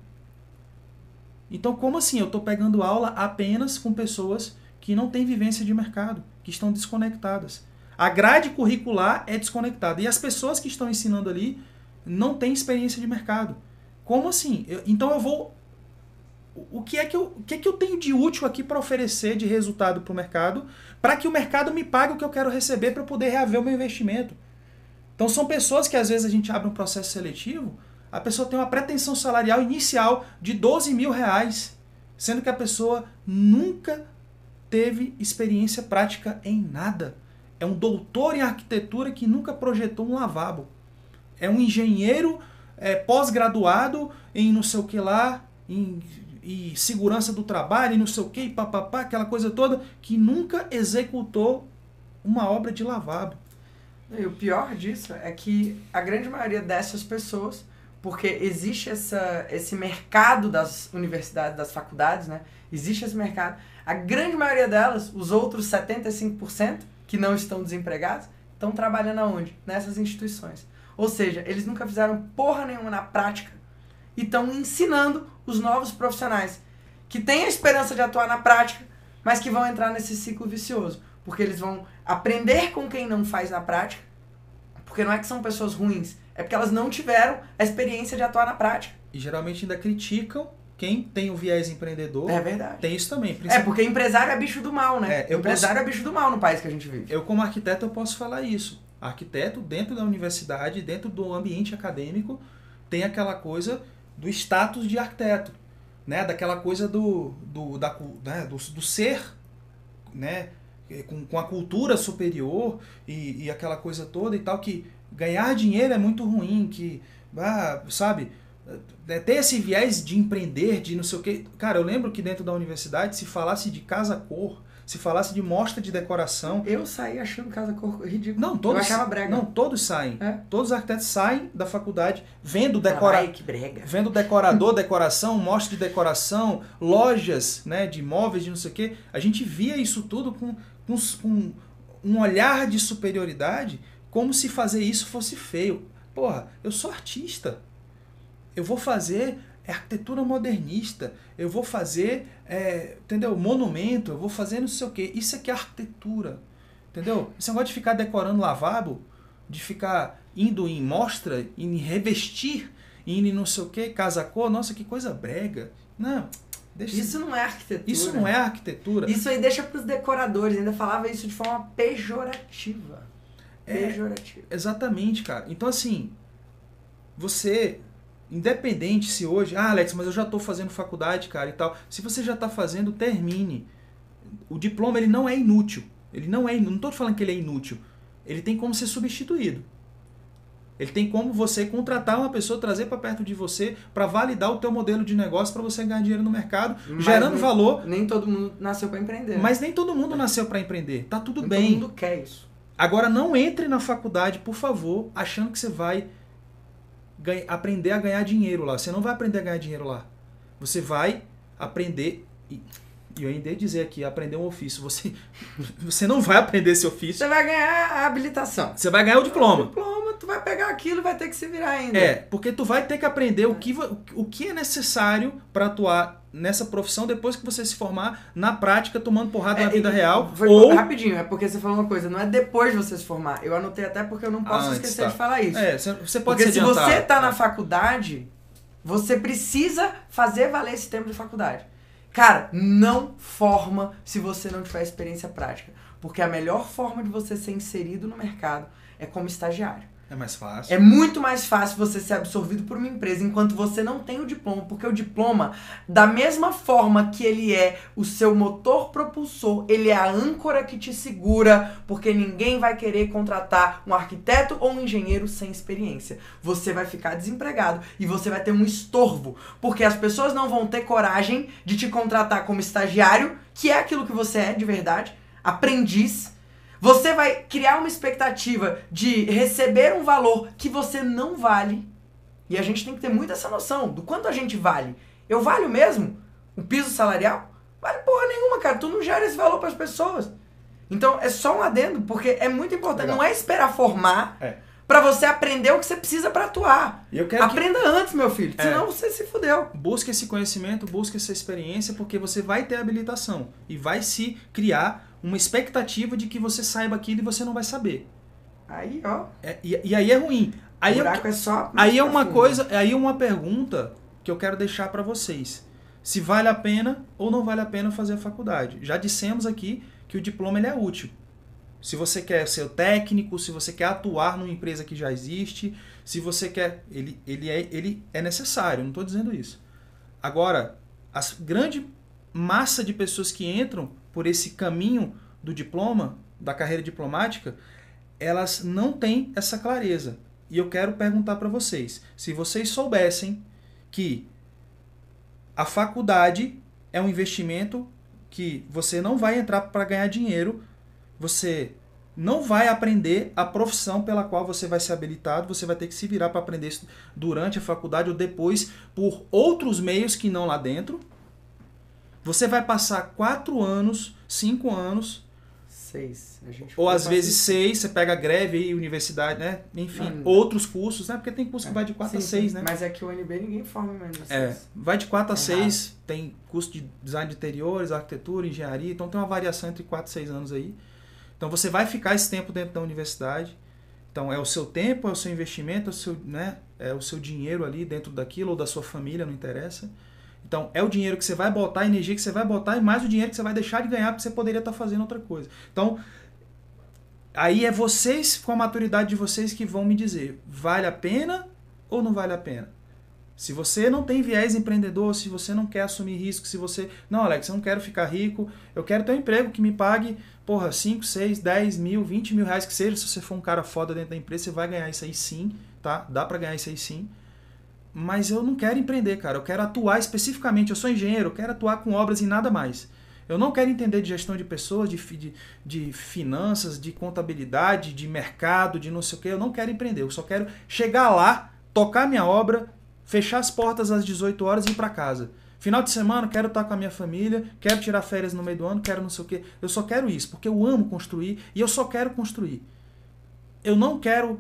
Então, como assim? Eu estou pegando aula apenas com pessoas que não têm vivência de mercado, que estão desconectadas. A grade curricular é desconectada. E as pessoas que estão ensinando ali não têm experiência de mercado. Como assim? Então eu vou... O que é que eu tenho de útil aqui para oferecer de resultado para o mercado, para que o mercado me pague o que eu quero receber para eu poder reaver o meu investimento? Então são pessoas que às vezes a gente abre um processo seletivo, a pessoa tem uma pretensão salarial inicial de R$12.000, sendo que a pessoa nunca teve experiência prática em nada. É um doutor em arquitetura que nunca projetou um lavabo. É um engenheiro pós-graduado em não sei o que lá, em segurança do trabalho, e não sei o que, e papapá, aquela coisa toda, que nunca executou uma obra de lavabo. E o pior disso é que a grande maioria dessas pessoas, porque existe esse mercado das universidades, das faculdades, né? Existe esse mercado. A grande maioria delas, os outros 75% que não estão desempregados, estão trabalhando aonde? Nessas instituições. Ou seja, eles nunca fizeram porra nenhuma na prática e estão ensinando os novos profissionais que têm a esperança de atuar na prática, mas que vão entrar nesse ciclo vicioso. Porque eles vão aprender com quem não faz na prática, porque não é que são pessoas ruins, é porque elas não tiveram a experiência de atuar na prática. E geralmente ainda criticam quem tem o viés empreendedor. É verdade. Tem isso também. Porque empresário é bicho do mal, né? Empresário é bicho do mal no país que a gente vive. Eu, como arquiteto, eu posso falar isso. Arquiteto, dentro da universidade, dentro do ambiente acadêmico, tem aquela coisa do status de arquiteto, né? Daquela coisa do ser, né? Com a cultura superior e aquela coisa toda e tal, que ganhar dinheiro é muito ruim, que, sabe, ter esse viés de empreender, de não sei o quê. Cara, eu lembro que dentro da universidade, se falasse de casa-cor, se falasse de mostra de decoração... Eu saí achando casa-cor ridículo. Não, todos, eu achava brega. Não, todos saem. É? Todos os arquitetos saem da faculdade vendo Que brega. vendo decorador, decoração, mostra de decoração, lojas, né, de móveis, de não sei o quê. A gente via isso tudo com um olhar de superioridade, como se fazer isso fosse feio. Porra, eu sou artista. Eu vou fazer arquitetura modernista. Eu vou fazer, entendeu? Monumento. Eu vou fazer não sei o quê. Isso aqui é arquitetura. Entendeu? Esse negócio de ficar decorando lavabo, de ficar indo em mostra, em revestir, indo em não sei o quê, casa-cor, nossa, que coisa brega. Não... Isso não é arquitetura. Isso não é arquitetura. Isso aí deixa para os decoradores. Ainda falava isso de forma pejorativa. Pejorativa. Exatamente, cara. Então, assim, você, independente se hoje... Alex, mas eu já estou fazendo faculdade, cara, e tal. Se você já está fazendo, termine. O diploma, ele não é inútil. Ele não é... Não estou falando que ele é inútil. Ele tem como ser substituído. Ele tem como você contratar uma pessoa, trazer para perto de você para validar o teu modelo de negócio para você ganhar dinheiro no mercado, gerando valor. Nem todo mundo nasceu para empreender. Mas nem todo mundo nasceu para empreender. Tá tudo bem. Todo mundo quer isso. Agora não entre na faculdade, por favor, achando que você vai aprender a ganhar dinheiro lá. Você não vai aprender a ganhar dinheiro lá. Você vai aprender... E eu ainda ia dizer aqui, aprender um ofício. Você não vai aprender esse ofício. Você vai ganhar a habilitação. Você vai ganhar o diploma. Tu vai pegar aquilo e vai ter que se virar ainda. Porque tu vai ter que aprender o que é necessário para atuar nessa profissão depois que você se formar na prática, tomando porrada na vida real. Rapidinho, é porque você falou uma coisa, não é depois de você se formar. Eu anotei até porque eu não posso esquecer de falar isso. Você pode porque se você tá na faculdade, você precisa fazer valer esse tempo de faculdade. Cara, não forma se você não tiver experiência prática. Porque a melhor forma de você ser inserido no mercado é como estagiário. É mais fácil. É muito mais fácil você ser absorvido por uma empresa enquanto você não tem o diploma. Porque o diploma, da mesma forma que ele é o seu motor propulsor, ele é a âncora que te segura, porque ninguém vai querer contratar um arquiteto ou um engenheiro sem experiência. Você vai ficar desempregado e você vai ter um estorvo, porque as pessoas não vão ter coragem de te contratar como estagiário, que é aquilo que você é de verdade, aprendiz. Você vai criar uma expectativa de receber um valor que você não vale. E a gente tem que ter muito essa noção do quanto a gente vale. Eu valho mesmo? O piso salarial? Vale porra nenhuma, cara. Tu não gera esse valor para as pessoas. Então é só um adendo, porque é muito importante. Legal. Não é esperar formar para você aprender o que você precisa para atuar. Aprenda antes, meu filho. Senão você se fudeu. Busque esse conhecimento, busque essa experiência, porque você vai ter habilitação. E vai se criar uma expectativa de que você saiba aquilo e você não vai saber. Aí, ó. E aí é ruim. Aí o buraco é só... Aí é uma coisa, aí é uma pergunta que eu quero deixar para vocês. Se vale a pena ou não vale a pena fazer a faculdade. Já dissemos aqui que o diploma ele é útil. Se você quer ser técnico, se você quer atuar numa empresa que já existe, se você quer... Ele é necessário, não estou dizendo isso. Agora, a grande massa de pessoas que entram por esse caminho do diploma, da carreira diplomática, elas não têm essa clareza. E eu quero perguntar para vocês, se vocês soubessem que a faculdade é um investimento que você não vai entrar para ganhar dinheiro, você não vai aprender a profissão pela qual você vai ser habilitado, você vai ter que se virar para aprender isso durante a faculdade ou depois por outros meios que não lá dentro. Você vai passar 4 anos, 5 anos... 6. Ou às vezes 6, você pega greve aí, universidade, né? Enfim, não. Outros cursos, né? Porque tem curso que vai de 4 a 6, né? Mas é que o UNB ninguém forma menos. Vai de 4 a 6, tem curso de design de interiores, arquitetura, engenharia, então tem uma variação entre 4 e 6 anos aí. Então você vai ficar esse tempo dentro da universidade. Então é o seu tempo, é o seu investimento, é o seu dinheiro ali dentro daquilo, ou da sua família, não interessa. Então, é o dinheiro que você vai botar, a energia que você vai botar e mais o dinheiro que você vai deixar de ganhar porque você poderia estar fazendo outra coisa. Então, aí é vocês, com a maturidade de vocês, que vão me dizer, vale a pena ou não vale a pena? Se você não tem viés empreendedor, se você não quer assumir risco, se você... Não, Alex, eu não quero ficar rico, eu quero ter um emprego que me pague, 5, 6, 10 mil, 20 mil reais que seja. Se você for um cara foda dentro da empresa, você vai ganhar isso aí sim, tá? Dá pra ganhar isso aí sim. Mas eu não quero empreender, cara. Eu quero atuar especificamente. Eu sou engenheiro, eu quero atuar com obras e nada mais. Eu não quero entender de gestão de pessoas, de finanças, de contabilidade, de mercado, de não sei o quê. Eu não quero empreender. Eu só quero chegar lá, tocar minha obra, fechar as portas às 18 horas e ir para casa. Final de semana, quero estar com a minha família, quero tirar férias no meio do ano, quero não sei o quê. Eu só quero isso, porque eu amo construir e eu só quero construir. Eu não quero...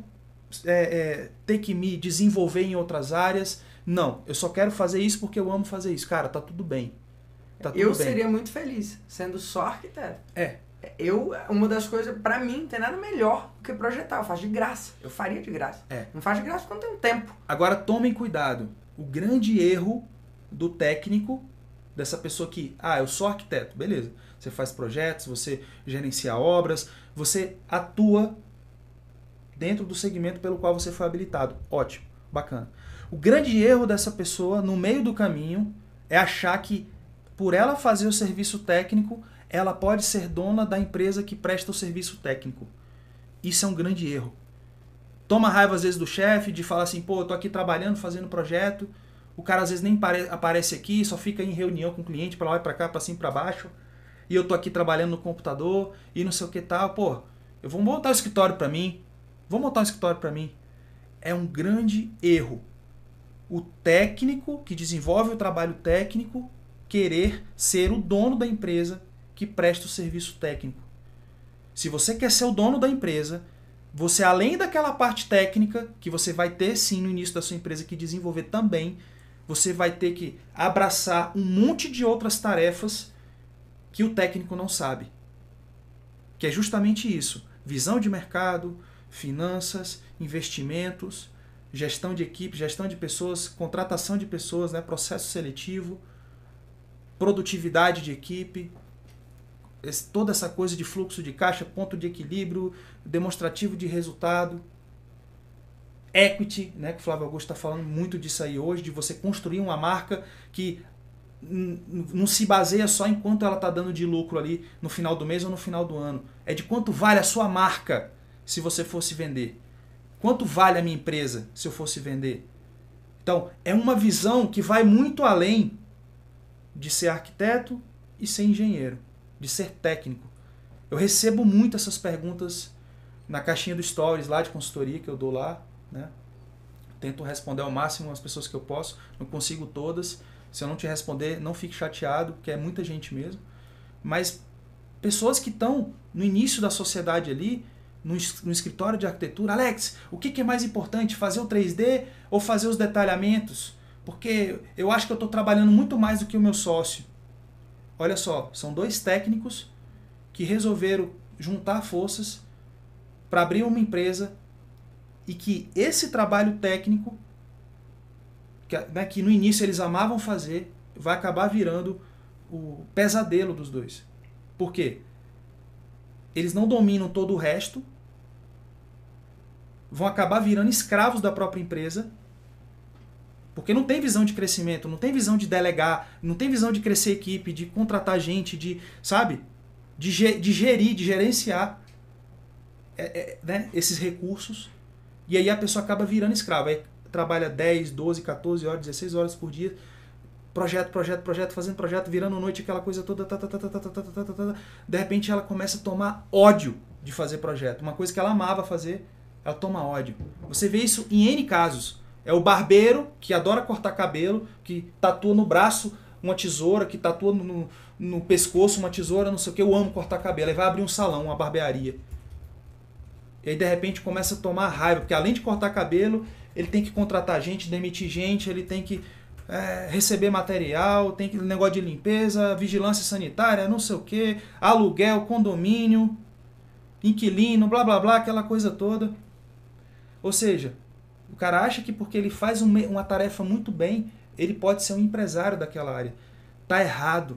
ter que me desenvolver em outras áreas. Não, eu só quero fazer isso porque eu amo fazer isso. Cara, tá tudo bem. Eu seria muito feliz sendo só arquiteto. Uma das coisas, pra mim, não tem nada melhor do que projetar. Eu faço de graça. Eu faria de graça. Não faço de graça porque não tenho tempo. Agora, tomem cuidado. O grande erro do técnico, dessa pessoa que, eu sou arquiteto, beleza. Você faz projetos, você gerencia obras, você atua dentro do segmento pelo qual você foi habilitado. Ótimo, bacana. O grande erro dessa pessoa, no meio do caminho, é achar que, por ela fazer o serviço técnico, ela pode ser dona da empresa que presta o serviço técnico. Isso é um grande erro. Toma raiva, às vezes, do chefe, de falar assim, eu tô aqui trabalhando, fazendo projeto, o cara, às vezes, nem aparece aqui, só fica em reunião com o cliente, pra lá e pra cá, pra cima e pra baixo, e eu tô aqui trabalhando no computador, e não sei o que tal, eu vou montar um escritório pra mim, É um grande erro. O técnico que desenvolve o trabalho técnico querer ser o dono da empresa que presta o serviço técnico. Se você quer ser o dono da empresa, você, além daquela parte técnica, que você vai ter sim no início da sua empresa que desenvolver também, você vai ter que abraçar um monte de outras tarefas que o técnico não sabe. Que é justamente isso. Visão de mercado, finanças, investimentos, gestão de equipe, gestão de pessoas, contratação de pessoas, processo seletivo, produtividade de equipe, toda essa coisa de fluxo de caixa, ponto de equilíbrio, demonstrativo de resultado, equity, que o Flávio Augusto está falando muito disso aí hoje, de você construir uma marca que não se baseia só em quanto ela está dando de lucro ali no final do mês ou no final do ano. É de quanto vale a sua marca se você fosse vender. Quanto vale a minha empresa se eu fosse vender? Então, é uma visão que vai muito além de ser arquiteto e ser engenheiro, de ser técnico. Eu recebo muito essas perguntas na caixinha do Stories lá de consultoria que eu dou lá, Tento responder ao máximo as pessoas que eu posso, não consigo todas. Se eu não te responder, não fique chateado, porque é muita gente mesmo. Mas pessoas que estão no início da sociedade ali, no escritório de arquitetura, Alex, o que é mais importante, fazer o 3D ou fazer os detalhamentos? Porque eu acho que eu estou trabalhando muito mais do que o meu sócio. Olha só, são 2 técnicos que resolveram juntar forças para abrir uma empresa e que esse trabalho técnico, que no início eles amavam fazer, vai acabar virando o pesadelo dos 2. Por quê? eles não dominam todo o resto, vão acabar virando escravos da própria empresa, porque não tem visão de crescimento, não tem visão de delegar, não tem visão de crescer equipe, de contratar gente, de, sabe, de gerir, de gerenciar né, esses recursos. E aí a pessoa acaba virando escrava. Aí trabalha 10, 12, 14 horas, 16 horas por dia, projeto, fazendo projeto, virando noite, aquela coisa toda. De repente ela começa a tomar ódio de fazer projeto. Uma coisa que ela amava fazer, ela toma ódio. Você vê isso em N casos. É o barbeiro que adora cortar cabelo, que tatua no braço uma tesoura, que tatua no pescoço uma tesoura, não sei o que, eu amo cortar cabelo. Aí vai abrir um salão, uma barbearia. E aí de repente começa a tomar raiva, porque além de cortar cabelo, ele tem que contratar gente, demitir gente, ele tem que receber material, tem que negócio de limpeza, vigilância sanitária, não sei o que, aluguel, condomínio, inquilino, blá blá blá, aquela coisa toda. Ou seja, o cara acha que porque ele faz uma tarefa muito bem, ele pode ser um empresário daquela área. Tá errado.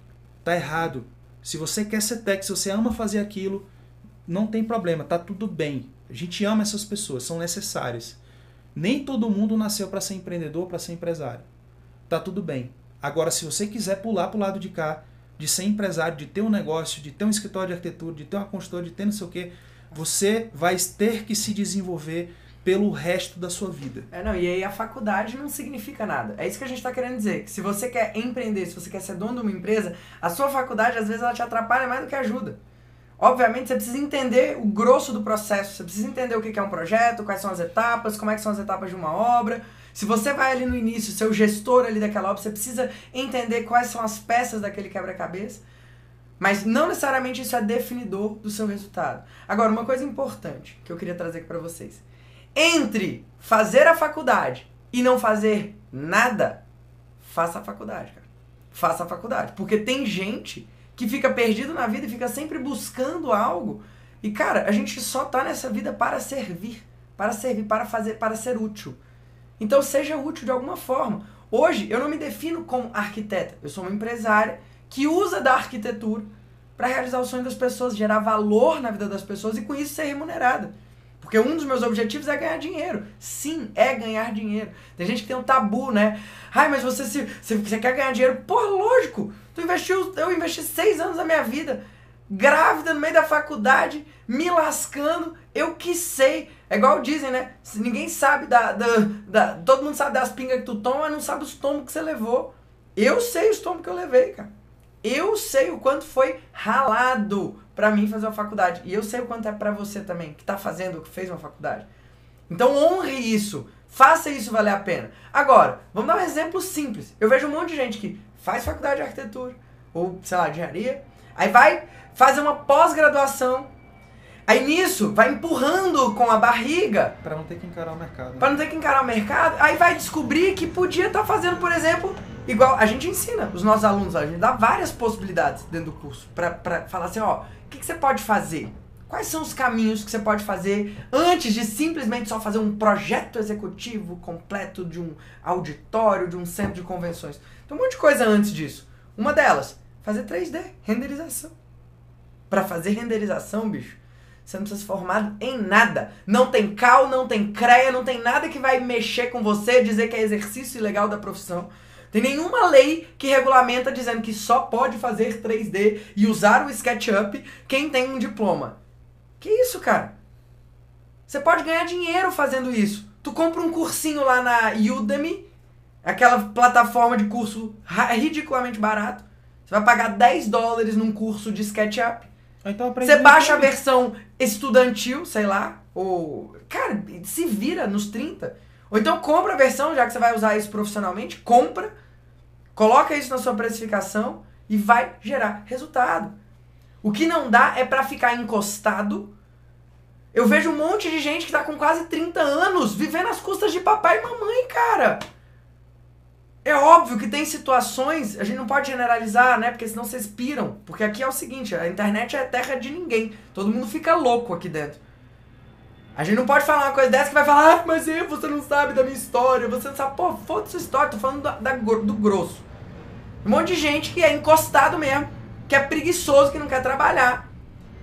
Tá errado. Se você quer ser técnico, se você ama fazer aquilo, não tem problema, tá tudo bem. A gente ama essas pessoas, são necessárias. Nem todo mundo nasceu para ser empreendedor, para ser empresário. Tá tudo bem. Agora, se você quiser pular pro lado de cá, de ser empresário, de ter um negócio, de ter um escritório de arquitetura, de ter uma consultora, de ter não sei o quê, você vai ter que se desenvolver pelo resto da sua vida. E aí a faculdade não significa nada. É isso que a gente está querendo dizer. Que se você quer empreender, se você quer ser dono de uma empresa, a sua faculdade, às vezes, ela te atrapalha mais do que ajuda. Obviamente, você precisa entender o grosso do processo. Você precisa entender o que é um projeto, quais são as etapas, como é que são as etapas de uma obra. Se você vai ali no início, ser o gestor ali daquela obra, você precisa entender quais são as peças daquele quebra-cabeça. Mas não necessariamente isso é definidor do seu resultado. Agora, uma coisa importante que eu queria trazer aqui para vocês. Entre fazer a faculdade e não fazer nada, faça a faculdade, cara. Faça a faculdade. Porque tem gente que fica perdido na vida e fica sempre buscando algo. E, cara, a gente só tá nessa vida para servir, para fazer, para ser útil. Então, seja útil de alguma forma. Hoje, eu não me defino como arquiteta. Eu sou uma empresária que usa da arquitetura para realizar o sonho das pessoas, gerar valor na vida das pessoas e, com isso, ser remunerada. Porque um dos meus objetivos é ganhar dinheiro. Sim, é ganhar dinheiro. Tem gente que tem um tabu, né? Ai, mas você quer ganhar dinheiro? Pô, lógico. Eu investi 6 anos da minha vida, grávida, no meio da faculdade, me lascando. Eu que sei. É igual dizem, né? Ninguém sabe todo mundo sabe das pingas que tu toma, mas não sabe os tombos que você levou. Eu sei os tombos que eu levei, cara. Eu sei o quanto foi ralado pra mim fazer uma faculdade. E eu sei o quanto é pra você também, que tá fazendo, que fez uma faculdade. Então honre isso. Faça isso valer a pena. Agora, vamos dar um exemplo simples. Eu vejo um monte de gente que faz faculdade de arquitetura, ou, sei lá, engenharia, aí vai fazer uma pós-graduação, aí nisso vai empurrando com a barriga. Pra não ter que encarar o mercado. Pra não ter que encarar o mercado, aí vai descobrir que podia estar fazendo, por exemplo, igual a gente ensina os nossos alunos, a gente dá várias possibilidades dentro do curso, pra falar assim, ó, o que você pode fazer? Quais são os caminhos que você pode fazer antes de simplesmente só fazer um projeto executivo completo de um auditório, de um centro de convenções? Tem um monte de coisa antes disso. Uma delas, fazer 3D, renderização. Pra fazer renderização, bicho, você não precisa se formar em nada. Não tem cal, não tem CREA, não tem nada que vai mexer com você, dizer que é exercício ilegal da profissão. Tem nenhuma lei que regulamenta dizendo que só pode fazer 3D e usar o SketchUp quem tem um diploma. Que isso, cara? Você pode ganhar dinheiro fazendo isso. Tu compra um cursinho lá na Udemy, aquela plataforma de curso ridiculamente barato. Você vai pagar $10 num curso de SketchUp. Então, você baixa a versão estudantil, sei lá, ou... Cara, se vira nos 30. Ou então compra a versão, já que você vai usar isso profissionalmente, compra, coloca isso na sua precificação e vai gerar resultado. O que não dá é pra ficar encostado. Eu vejo um monte de gente que tá com quase 30 anos vivendo às custas de papai e mamãe, cara. É óbvio que tem situações, a gente não pode generalizar, né? Porque senão vocês piram. Porque aqui é o seguinte, a internet é terra de ninguém. Todo mundo fica louco aqui dentro. A gente não pode falar uma coisa dessa que vai falar, mas você não sabe da minha história, você não sabe. Pô, foda-se a história, tô falando do grosso. Um monte de gente que é encostado mesmo, que é preguiçoso, que não quer trabalhar.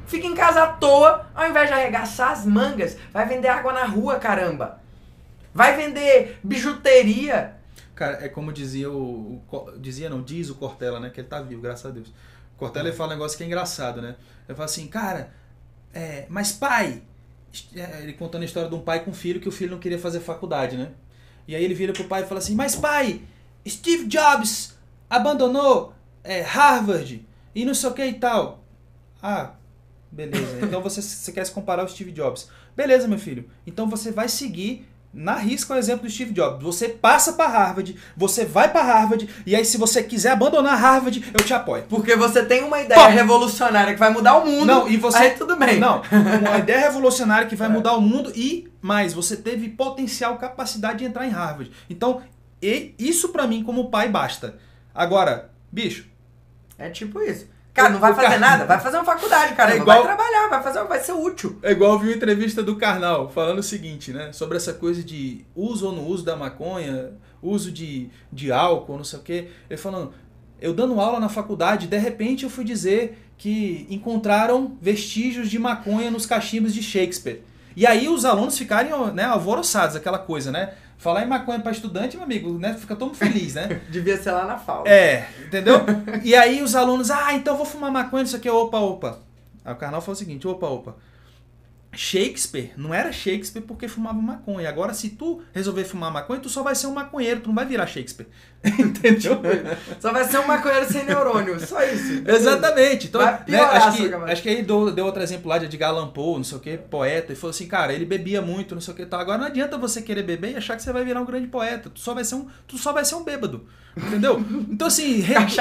Fica em casa à toa, ao invés de arregaçar as mangas, vai vender água na rua, caramba. Vai vender bijuteria. Cara, é como dizia diz o Cortella, né? Que ele tá vivo, graças a Deus. O Cortella ele fala um negócio que é engraçado, né? Ele fala assim, cara, mas pai... Ele contando a história de um pai com um filho, que o filho não queria fazer faculdade, né? E aí ele vira pro pai e fala assim, mas pai, Steve Jobs abandonou Harvard e não sei o que e tal. Ah, beleza. Então você quer se comparar ao Steve Jobs. Beleza, meu filho. Então você vai seguir na risca o exemplo do Steve Jobs. Você passa para Harvard, você vai para Harvard, e aí se você quiser abandonar Harvard, eu te apoio. Porque você tem uma ideia revolucionária que vai mudar o mundo, não, e você, aí tudo bem. Não, uma ideia revolucionária que vai mudar o mundo e mais, você teve potencial, capacidade de entrar em Harvard. Então, isso para mim como pai basta. Agora, bicho... É tipo isso. Cara, não vai fazer nada, vai fazer uma faculdade, cara. Vai trabalhar, vai ser útil. É igual eu vi uma entrevista do Karnal falando o seguinte, né? Sobre essa coisa de uso ou não uso da maconha, uso de álcool, não sei o quê. Ele falando, eu dando aula na faculdade, de repente eu fui dizer que encontraram vestígios de maconha nos cachimbos de Shakespeare. E aí os alunos ficarem, né, alvoroçados, aquela coisa, né? Falar em maconha para estudante, meu amigo, né? Fica todo mundo feliz, né? Devia ser lá na FAO. Entendeu? E aí os alunos, então eu vou fumar maconha, isso aqui, opa. Aí o Karnal falou o seguinte, opa. Shakespeare não era Shakespeare porque fumava maconha. Agora, se tu resolver fumar maconha, tu só vai ser um maconheiro, tu não vai virar Shakespeare. Entendeu? Só vai ser um maconheiro sem neurônio, só isso. Exatamente. Então, vai piorar, acho que aí deu outro exemplo lá de Edgar Allan Poe, não sei o que, poeta, e falou assim, cara, ele bebia muito, não sei o que tal. Agora não adianta você querer beber e achar que você vai virar um grande poeta. Tu só vai ser um bêbado. Entendeu? Então, assim,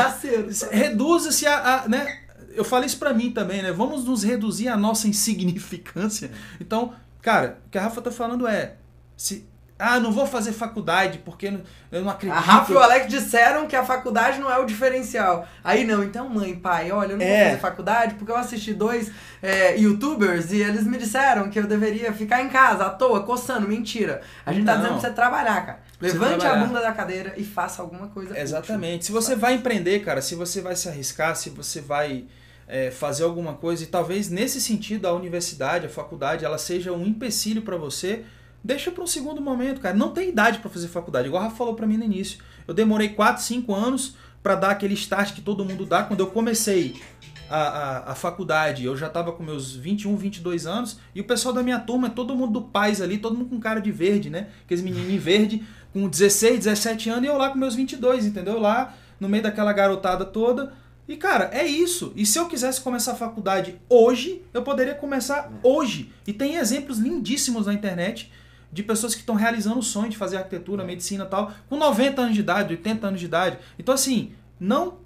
reduza-se né? Eu falei isso pra mim também, né? Vamos nos reduzir à nossa insignificância. Então, cara, o que a Rafa tá falando não vou fazer faculdade porque eu não acredito. A Rafa e o Alex disseram que a faculdade não é o diferencial. Aí não, então mãe, pai, olha, eu não vou fazer faculdade porque eu assisti 2 youtubers e eles me disseram que eu deveria ficar em casa, à toa, coçando. Mentira. A gente tá dizendo pra você trabalhar, cara. Levante a bunda da cadeira e faça alguma coisa. Exatamente. Se você vai empreender, cara, se você vai se arriscar, se você vai fazer alguma coisa, e talvez nesse sentido a universidade, a faculdade, ela seja um empecilho para você, deixa para um segundo momento, cara. Não tem idade para fazer faculdade, igual a Rafa falou para mim no início. Eu demorei 4, 5 anos para dar aquele start que todo mundo dá. Quando eu comecei a faculdade, eu já estava com meus 21, 22 anos, e o pessoal da minha turma é todo mundo do paz ali, todo mundo com cara de verde, né? Aqueles menininhos verde, com 16, 17 anos, e eu lá com meus 22, entendeu? Lá no meio daquela garotada toda. E, cara, é isso. E se eu quisesse começar a faculdade hoje, eu poderia começar hoje. E tem exemplos lindíssimos na internet de pessoas que estão realizando o sonho de fazer arquitetura, medicina e tal, com 90 anos de idade, 80 anos de idade. Então, assim, não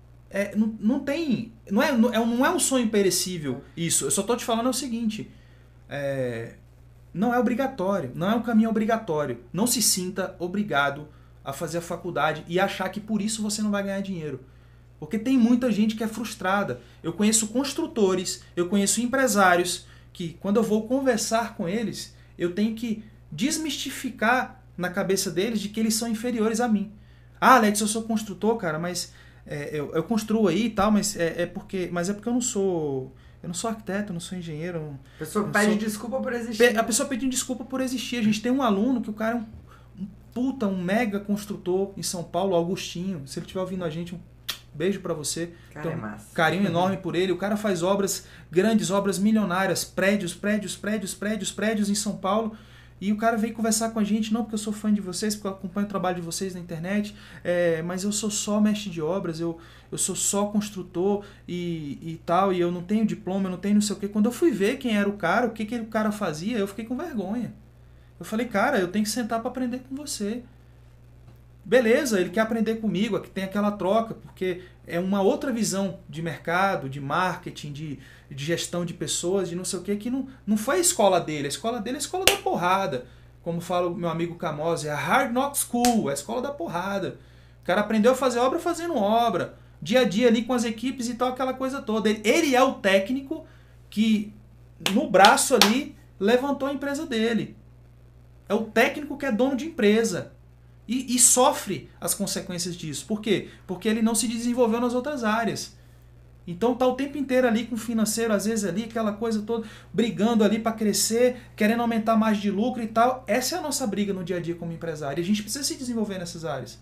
é um sonho perecível isso. Eu só tô te falando o seguinte, não é obrigatório, não é um caminho obrigatório. Não se sinta obrigado a fazer a faculdade e achar que por isso você não vai ganhar dinheiro. Porque tem muita gente que é frustrada. Eu conheço construtores, eu conheço empresários que, quando eu vou conversar com eles, eu tenho que desmistificar na cabeça deles de que eles são inferiores a mim. Ah, Alex, eu sou construtor, cara, mas eu construo aí e tal, mas é porque eu não sou arquiteto, eu não sou engenheiro. A pessoa pede desculpa por existir. A pessoa pede desculpa por existir. A gente tem um aluno que o cara é um mega construtor em São Paulo, Augustinho. Se ele estiver ouvindo a gente, beijo pra você. Cara, então, é massa. Carinho enorme por ele. O cara faz obras grandes, obras milionárias, prédios em São Paulo. E o cara veio conversar com a gente, não porque eu sou fã de vocês, porque eu acompanho o trabalho de vocês na internet, mas eu sou só mestre de obras, eu sou só construtor e tal, e eu não tenho diploma, eu não tenho não sei o quê. Quando eu fui ver quem era o cara, o que o cara fazia, eu fiquei com vergonha. Eu falei, cara, eu tenho que sentar para aprender com você. Beleza, ele quer aprender comigo, aqui tem aquela troca, porque é uma outra visão de mercado, de marketing, de gestão de pessoas, de não sei o que não foi a escola dele. A escola dele é a escola da porrada. Como fala o meu amigo Camose, é a Hard Knock School, é a escola da porrada. O cara aprendeu a fazer obra fazendo obra, dia a dia ali com as equipes e tal, aquela coisa toda. Ele é o técnico que, no braço ali, levantou a empresa dele. É o técnico que é dono de empresa. E sofre as consequências disso. Por quê? Porque ele não se desenvolveu nas outras áreas. Então tá o tempo inteiro ali com o financeiro, às vezes ali, aquela coisa toda, brigando ali para crescer, querendo aumentar mais de lucro e tal. Essa é a nossa briga no dia a dia como empresário. E a gente precisa se desenvolver nessas áreas.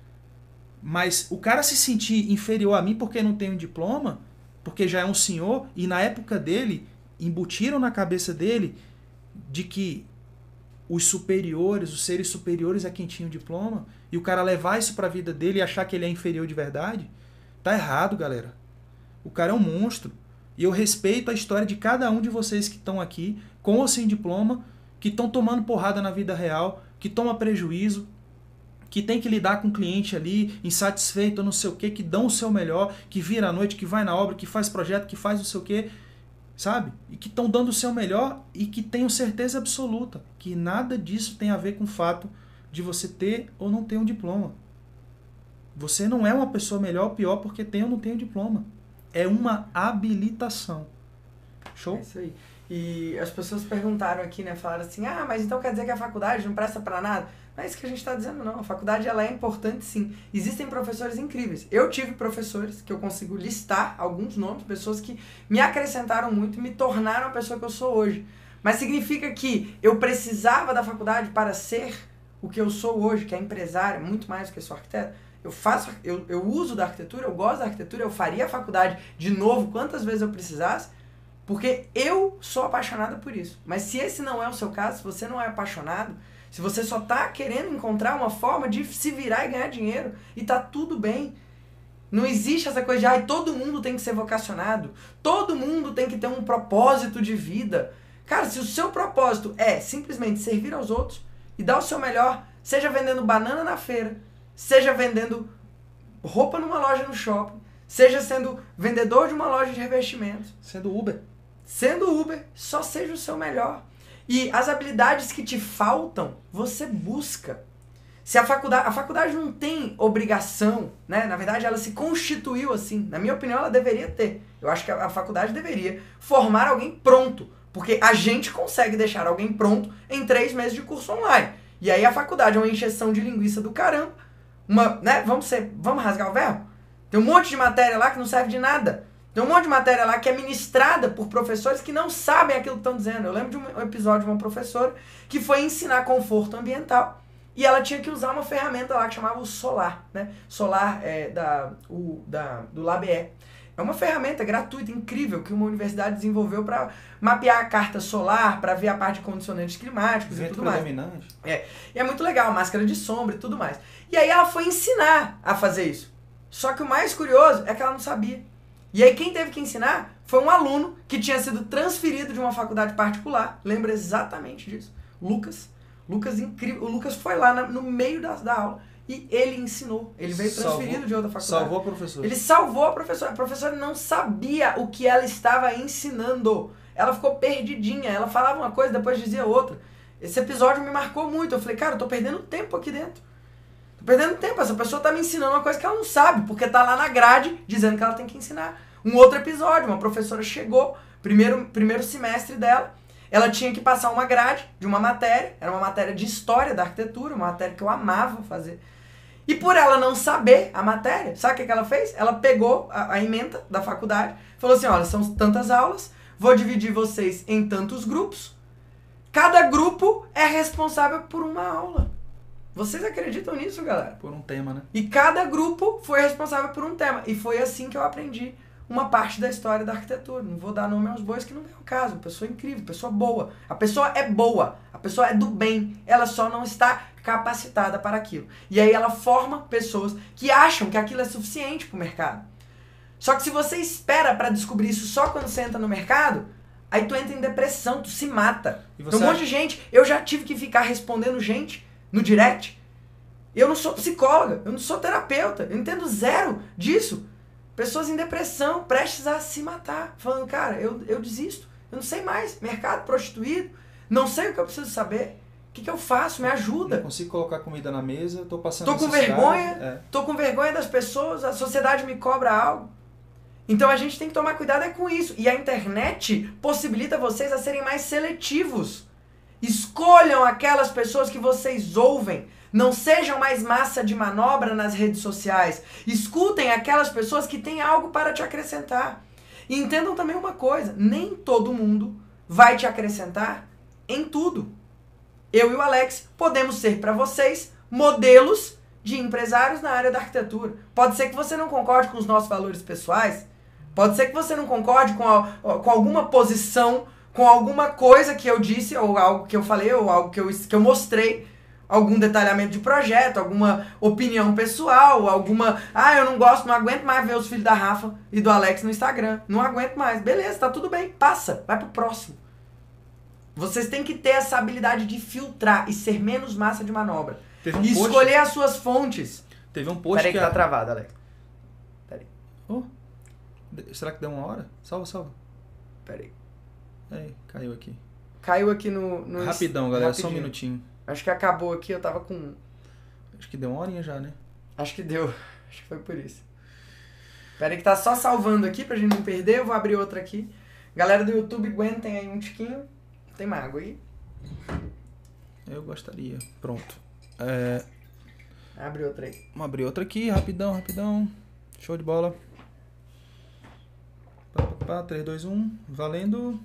Mas o cara se sentir inferior a mim porque não tem um diploma, porque já é um senhor, e na época dele, embutiram na cabeça dele de que os superiores, os seres superiores é quem tinha o diploma, e o cara levar isso pra vida dele e achar que ele é inferior de verdade, tá errado, galera. O cara é um monstro. E eu respeito a história de cada um de vocês que estão aqui, com ou sem diploma, que estão tomando porrada na vida real, que toma prejuízo, que tem que lidar com o cliente ali, insatisfeito, não sei o quê, que dão o seu melhor, que vira à noite, que vai na obra, que faz projeto, que faz não sei o quê, sabe? E que estão dando o seu melhor e que tenham certeza absoluta que nada disso tem a ver com o fato de você ter ou não ter um diploma. Você não é uma pessoa melhor ou pior porque tem ou não tem um diploma. É uma habilitação. Show? É isso aí. E as pessoas perguntaram aqui, né? Falaram assim, mas então quer dizer que a faculdade não presta pra nada? Não é isso que a gente está dizendo, não. A faculdade, ela é importante, sim. Existem professores incríveis. Eu tive professores que eu consigo listar alguns nomes, pessoas que me acrescentaram muito e me tornaram a pessoa que eu sou hoje. Mas significa que eu precisava da faculdade para ser o que eu sou hoje, que é empresário, muito mais do que sou arquiteto. Eu uso da arquitetura, eu gosto da arquitetura, eu faria a faculdade de novo quantas vezes eu precisasse, porque eu sou apaixonada por isso. Mas se esse não é o seu caso, se você não é apaixonado, se você só está querendo encontrar uma forma de se virar e ganhar dinheiro, e tá tudo bem. Não existe essa coisa de todo mundo tem que ser vocacionado, todo mundo tem que ter um propósito de vida. Cara, se o seu propósito é simplesmente servir aos outros e dar o seu melhor, seja vendendo banana na feira, seja vendendo roupa numa loja no shopping, seja sendo vendedor de uma loja de revestimentos, sendo Uber, só seja o seu melhor. E as habilidades que te faltam, você busca. Se a faculdade não tem obrigação, né? Na verdade, ela se constituiu assim. Na minha opinião, ela deveria ter. Eu acho que a faculdade deveria formar alguém pronto. Porque a gente consegue deixar alguém pronto em 3 meses de curso online. E aí a faculdade é uma encheção de linguiça do caramba. Vamos rasgar o verbo? Tem um monte de matéria lá que não serve de nada. Tem um monte de matéria lá que é ministrada por professores que não sabem aquilo que estão dizendo. Eu lembro de um episódio de uma professora que foi ensinar conforto ambiental. E ela tinha que usar uma ferramenta lá que chamava o Solar, né? Solar do LabE. É uma ferramenta gratuita, incrível, que uma universidade desenvolveu para mapear a carta solar, para ver a parte de condicionantes climáticos e tudo mais. E é muito legal, máscara de sombra e tudo mais. E aí ela foi ensinar a fazer isso. Só que o mais curioso é que ela não sabia. E aí quem teve que ensinar foi um aluno que tinha sido transferido de uma faculdade particular. Lembra exatamente disso. Lucas, incrível. O Lucas foi lá no meio da aula e ele ensinou. Ele veio transferido de outra faculdade. Salvou a professora. Ele salvou a professora. A professora não sabia o que ela estava ensinando. Ela ficou perdidinha. Ela falava uma coisa, depois dizia outra. Esse episódio me marcou muito. Eu falei, cara, eu tô perdendo tempo aqui dentro. Tô perdendo tempo. Essa pessoa tá me ensinando uma coisa que ela não sabe, porque tá lá na grade dizendo que ela tem que ensinar. Um outro episódio, uma professora chegou, primeiro semestre dela, ela tinha que passar uma grade de uma matéria, era uma matéria de história da arquitetura, uma matéria que eu amava fazer. E por ela não saber a matéria, sabe o que ela fez? Ela pegou a ementa da faculdade, falou assim, olha, são tantas aulas, vou dividir vocês em tantos grupos, cada grupo é responsável por uma aula. Vocês acreditam nisso, galera? Por um tema, né? E cada grupo foi responsável por um tema. E foi assim que eu aprendi uma parte da história da arquitetura. Não vou dar nome aos bois, que não é o caso. Pessoa incrível, pessoa boa. A pessoa é boa, a pessoa é do bem. Ela só não está capacitada para aquilo. E aí ela forma pessoas que acham que aquilo é suficiente para o mercado. Só que se você espera para descobrir isso só quando você entra no mercado, aí tu entra em depressão, tu se mata. Tem um monte de gente, eu já tive que ficar respondendo gente no direct. Eu não sou psicóloga, eu não sou terapeuta, eu entendo zero disso. Pessoas em depressão, prestes a se matar, falando, cara, eu desisto, eu não sei mais, mercado prostituído, não sei o que eu preciso saber, o que eu faço, me ajuda. Não consigo colocar comida na mesa, tô passando Tô com vergonha, tô com vergonha das pessoas, a sociedade me cobra algo. Então a gente tem que tomar cuidado com isso. E a internet possibilita vocês a serem mais seletivos. Escolham aquelas pessoas que vocês ouvem. Não sejam mais massa de manobra nas redes sociais. Escutem aquelas pessoas que têm algo para te acrescentar. E entendam também uma coisa, nem todo mundo vai te acrescentar em tudo. Eu e o Alex podemos ser para vocês modelos de empresários na área da arquitetura. Pode ser que você não concorde com os nossos valores pessoais, pode ser que você não concorde com alguma posição, com alguma coisa que eu disse, ou algo que eu falei, ou algo que eu mostrei, algum detalhamento de projeto, alguma opinião pessoal, alguma... eu não gosto, não aguento mais ver os filhos da Rafa e do Alex no Instagram. Não aguento mais. Beleza, tá tudo bem. Passa, vai pro próximo. Vocês têm que ter essa habilidade de filtrar e ser menos massa de manobra. E escolher as suas fontes. Teve um post. Peraí que tá travado, Alex. Peraí. Será que deu uma hora? Salva. Peraí. Caiu aqui. Caiu aqui no... Rapidão, galera. Rapidinho. Só um minutinho. Acho que acabou aqui, eu tava com... Acho que deu uma horinha já, né? Acho que deu. Acho que foi por isso. Peraí que tá só salvando aqui pra gente não perder. Eu vou abrir outra aqui. Galera do YouTube, aguentem aí um tiquinho. Tem mais água aí? Eu gostaria. Pronto. Abre outra aí. Vamos abrir outra aqui, rapidão. Show de bola. 3, 2, 1. Valendo.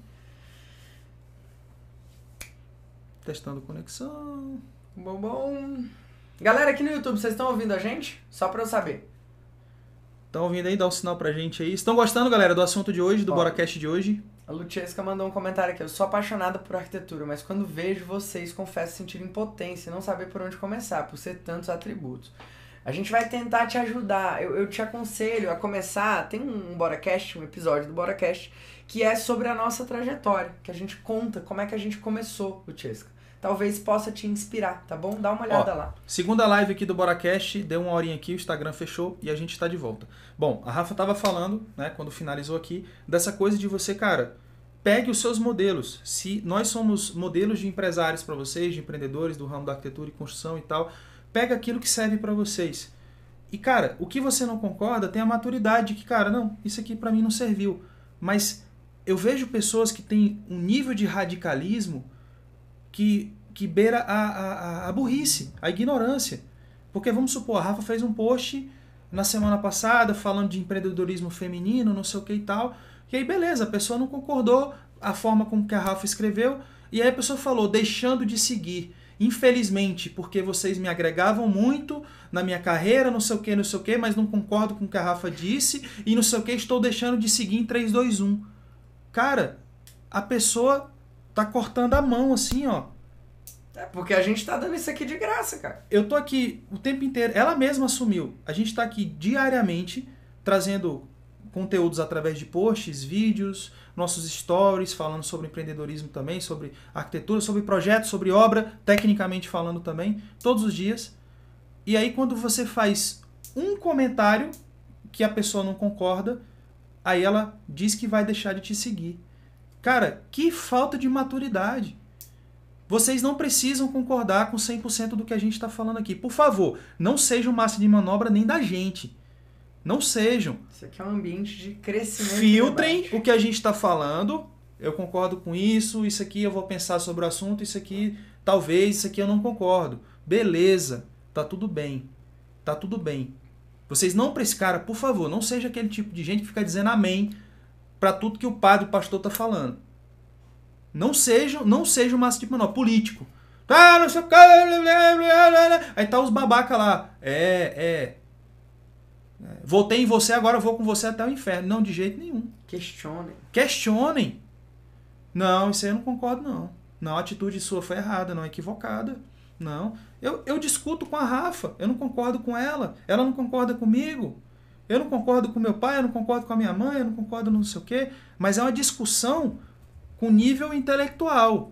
Testando conexão. Bom. Galera, aqui no YouTube, vocês estão ouvindo a gente? Só pra eu saber. Estão ouvindo aí? Dá um sinal pra gente aí. Estão gostando, galera, do assunto de hoje, do BoraCast de hoje? A Luchesca mandou um comentário aqui. Eu sou apaixonada por arquitetura, mas quando vejo vocês, confesso sentir impotência e não saber por onde começar, por ser tantos atributos. A gente vai tentar te ajudar. Eu te aconselho a começar... Tem um BoraCast, um episódio do BoraCast, que é sobre a nossa trajetória, que a gente conta como é que a gente começou, Luchesca. Talvez possa te inspirar, tá bom? Dá uma olhada lá. Segunda live aqui do BoraCast, deu uma horinha aqui, o Instagram fechou e a gente está de volta. Bom, a Rafa estava falando, né, quando finalizou aqui, dessa coisa de você, cara, pegue os seus modelos. Se nós somos modelos de empresários para vocês, de empreendedores do ramo da arquitetura e construção e tal, pega aquilo que serve para vocês. E, cara, o que você não concorda tem a maturidade de que, cara, não, isso aqui para mim não serviu. Mas eu vejo pessoas que têm um nível de radicalismo que beira a burrice, a ignorância. Porque, vamos supor, a Rafa fez um post na semana passada falando de empreendedorismo feminino, não sei o que e tal, e aí beleza, a pessoa não concordou a forma como que a Rafa escreveu, e aí a pessoa falou, deixando de seguir. Infelizmente, porque vocês me agregavam muito na minha carreira, não sei o que, mas não concordo com o que a Rafa disse, e não sei o que, estou deixando de seguir em 3, 2, 1. Cara, a pessoa tá cortando a mão assim, ó. Porque a gente tá dando isso aqui de graça, cara. Eu tô aqui o tempo inteiro, ela mesma assumiu. A gente tá aqui diariamente trazendo conteúdos através de posts, vídeos, nossos stories, falando sobre empreendedorismo também, sobre arquitetura, sobre projetos, sobre obra, tecnicamente falando também, todos os dias. E aí quando você faz um comentário que a pessoa não concorda, aí ela diz que vai deixar de te seguir. Cara, que falta de maturidade. Vocês não precisam concordar com 100% do que a gente está falando aqui. Por favor, não sejam massa de manobra nem da gente. Não sejam. Isso aqui é um ambiente de crescimento. Filtrem o que a gente está falando. Eu concordo com isso aqui eu vou pensar sobre o assunto, isso aqui talvez, isso aqui eu não concordo. Beleza, tá tudo bem. Tá tudo bem. Vocês não precisam, cara, por favor, não seja aquele tipo de gente que fica dizendo amém para tudo que o padre e o pastor tá falando. Não seja um massa de manobra político. Não sei o que. Aí tá os babaca lá. Votei em você, agora eu vou com você até o inferno. Não, de jeito nenhum. Questionem. Não, isso aí eu não concordo, não. Não, a atitude sua foi errada, não, equivocada. Não. Eu discuto com a Rafa, eu não concordo com ela. Ela não concorda comigo. Eu não concordo com meu pai, eu não concordo com a minha mãe, eu não concordo não sei o quê. Mas é uma discussão com nível intelectual.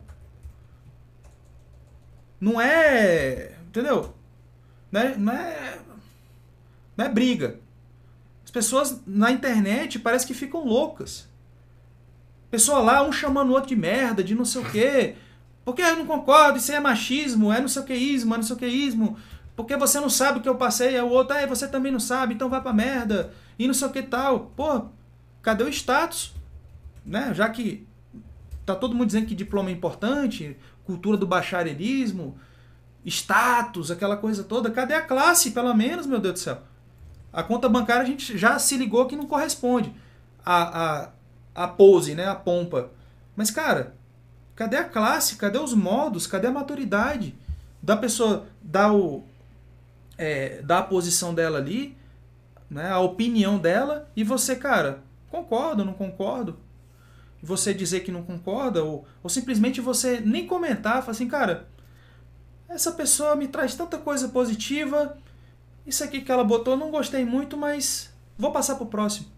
Não é... Entendeu? Não é briga. As pessoas na internet parece que ficam loucas. Pessoa lá, um chamando o outro de merda, de não sei o quê. Porque eu não concordo, isso aí é machismo, é não sei o queísmo, é não sei o queísmo. Porque você não sabe o que eu passei, é o outro, você também não sabe, então vai pra merda. E não sei o que tal. Pô, cadê o status? Né? Já que tá todo mundo dizendo que diploma é importante, cultura do bacharelismo. status, aquela coisa toda. Cadê a classe, pelo menos, meu Deus do céu? A conta bancária a gente já se ligou que não corresponde a pose, né? A pompa. Mas, cara, cadê a classe? Cadê os modos? Cadê a maturidade da pessoa dar a posição dela ali, né? A opinião dela, e você, cara, concordo, não concordo? Você dizer que não concorda, ou simplesmente você nem comentar, falar assim, cara, essa pessoa me traz tanta coisa positiva, isso aqui que ela botou não gostei muito, mas vou passar pro próximo.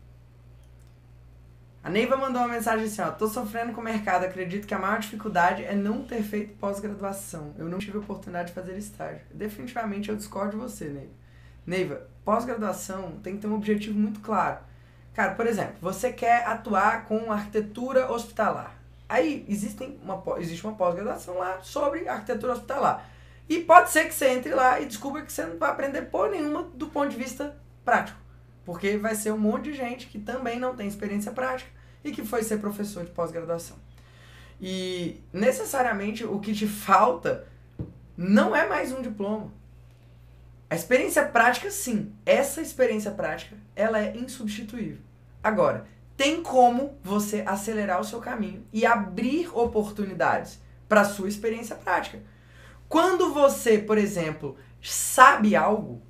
A Neiva mandou uma mensagem assim, ó, tô sofrendo com o mercado, acredito que a maior dificuldade é não ter feito pós-graduação. Eu não tive a oportunidade de fazer estágio. Definitivamente eu discordo de você, Neiva. Neiva, pós-graduação tem que ter um objetivo muito claro. Cara, por exemplo, você quer atuar com arquitetura hospitalar. Aí existe uma pós-graduação lá sobre arquitetura hospitalar. E pode ser que você entre lá e descubra que você não vai aprender porra nenhuma do ponto de vista prático. Porque vai ser um monte de gente que também não tem experiência prática e que foi ser professor de pós-graduação. E necessariamente o que te falta não é mais um diploma. A experiência prática, sim. Essa experiência prática, ela é insubstituível. Agora, tem como você acelerar o seu caminho e abrir oportunidades para a sua experiência prática. Quando você, por exemplo, sabe algo,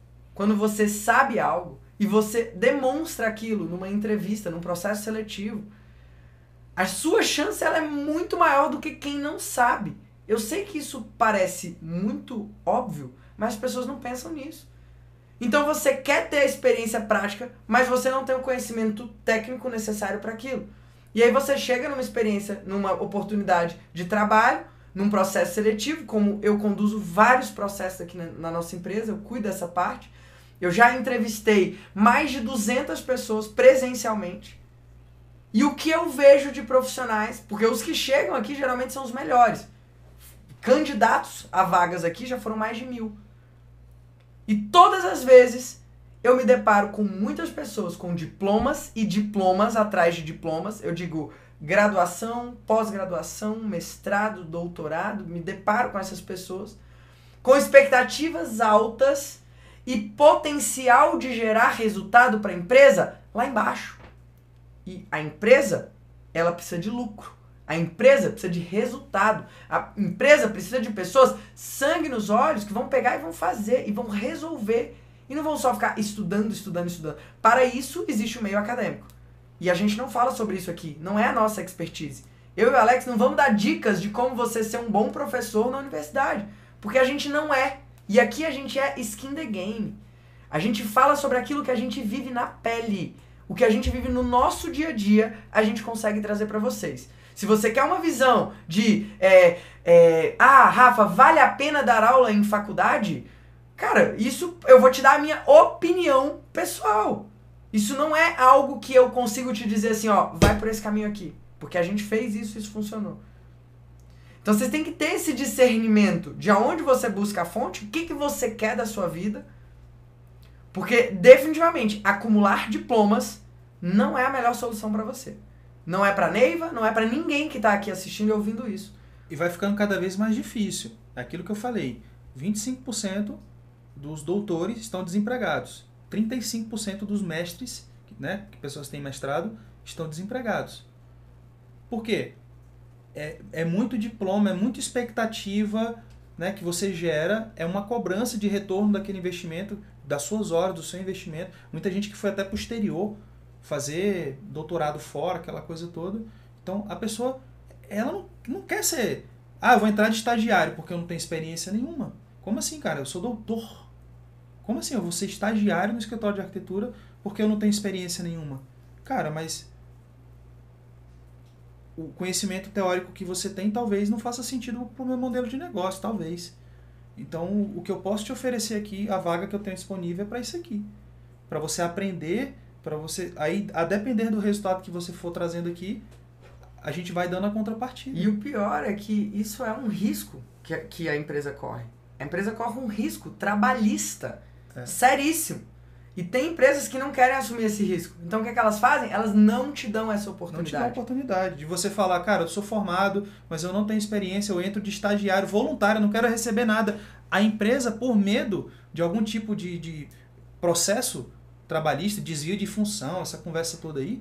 e você demonstra aquilo numa entrevista, num processo seletivo, a sua chance ela é muito maior do que quem não sabe. Eu sei que isso parece muito óbvio, mas as pessoas não pensam nisso. Então você quer ter a experiência prática, mas você não tem o conhecimento técnico necessário para aquilo. E aí você chega numa experiência, numa oportunidade de trabalho, num processo seletivo, como eu conduzo vários processos aqui na nossa empresa, eu cuido dessa parte. Eu já entrevistei mais de 200 pessoas presencialmente. E o que eu vejo de profissionais, porque os que chegam aqui geralmente são os melhores. Candidatos a vagas aqui já foram mais de 1.000. E todas as vezes eu me deparo com muitas pessoas com diplomas e diplomas atrás de diplomas. Eu digo graduação, pós-graduação, mestrado, doutorado. Me deparo com essas pessoas com expectativas altas e potencial de gerar resultado para a empresa lá embaixo. E a empresa, ela precisa de lucro. A empresa precisa de resultado. A empresa precisa de pessoas sangue nos olhos que vão pegar e vão fazer e vão resolver. E não vão só ficar estudando. Para isso existe o meio acadêmico. E a gente não fala sobre isso aqui. Não é a nossa expertise. Eu e o Alex não vamos dar dicas de como você ser um bom professor na universidade. Porque a gente não é. E aqui a gente é skin the game. A gente fala sobre aquilo que a gente vive na pele. O que a gente vive no nosso dia a dia, a gente consegue trazer para vocês. Se você quer uma visão de, Rafa, vale a pena dar aula em faculdade? Cara, isso eu vou te dar a minha opinião pessoal. Isso não é algo que eu consigo te dizer assim, ó, vai por esse caminho aqui. Porque a gente fez isso e isso funcionou. Então vocês têm que ter esse discernimento de aonde você busca a fonte, o que você quer da sua vida. Porque, definitivamente, acumular diplomas não é a melhor solução para você. Não é para Neiva, não é para ninguém que está aqui assistindo e ouvindo isso. E vai ficando cada vez mais difícil. É aquilo que eu falei. 25% dos doutores estão desempregados. 35% dos mestres, né, que pessoas que têm mestrado, estão desempregados. Por quê? É muito diploma, é muita expectativa, né, que você gera, é uma cobrança de retorno daquele investimento, das suas horas, do seu investimento. Muita gente que foi até posterior fazer doutorado fora, aquela coisa toda. Então, a pessoa, ela não quer ser... eu vou entrar de estagiário porque eu não tenho experiência nenhuma. Como assim, cara? Eu sou doutor. Como assim? Eu vou ser estagiário no escritório de arquitetura porque eu não tenho experiência nenhuma. Cara, mas o conhecimento teórico que você tem talvez não faça sentido para o meu modelo de negócio, talvez. Então, o que eu posso te oferecer aqui, a vaga que eu tenho disponível é para isso aqui. Para você aprender, para você... Aí, a depender do resultado que você for trazendo aqui, a gente vai dando a contrapartida. E o pior é que isso é um risco que a empresa corre. A empresa corre um risco trabalhista seríssimo. E tem empresas que não querem assumir esse risco. Então o que é que elas fazem? Elas não te dão essa oportunidade. Não te dão a oportunidade de você falar, cara, eu sou formado, mas eu não tenho experiência, eu entro de estagiário, voluntário, não quero receber nada. A empresa, por medo de algum tipo de processo trabalhista, desvio de função, essa conversa toda aí,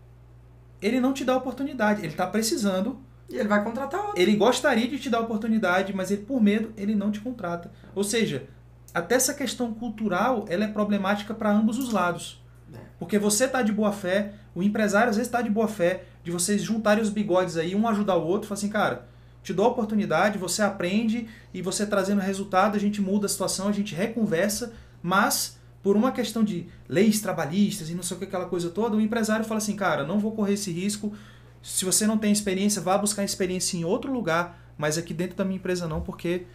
ele não te dá a oportunidade. Ele está precisando. E ele vai contratar outro. Ele gostaria de te dar a oportunidade, mas ele, por medo, ele não te contrata. Ou seja, até essa questão cultural, ela é problemática para ambos os lados. Porque você está de boa fé, o empresário às vezes está de boa fé, de vocês juntarem os bigodes aí, um ajudar o outro, falar assim, cara, te dou a oportunidade, você aprende e você trazendo resultado, a gente muda a situação, a gente reconversa, mas por uma questão de leis trabalhistas e não sei o que, aquela coisa toda, o empresário fala assim, cara, não vou correr esse risco, se você não tem experiência, vá buscar experiência em outro lugar, mas aqui dentro da minha empresa não, porque,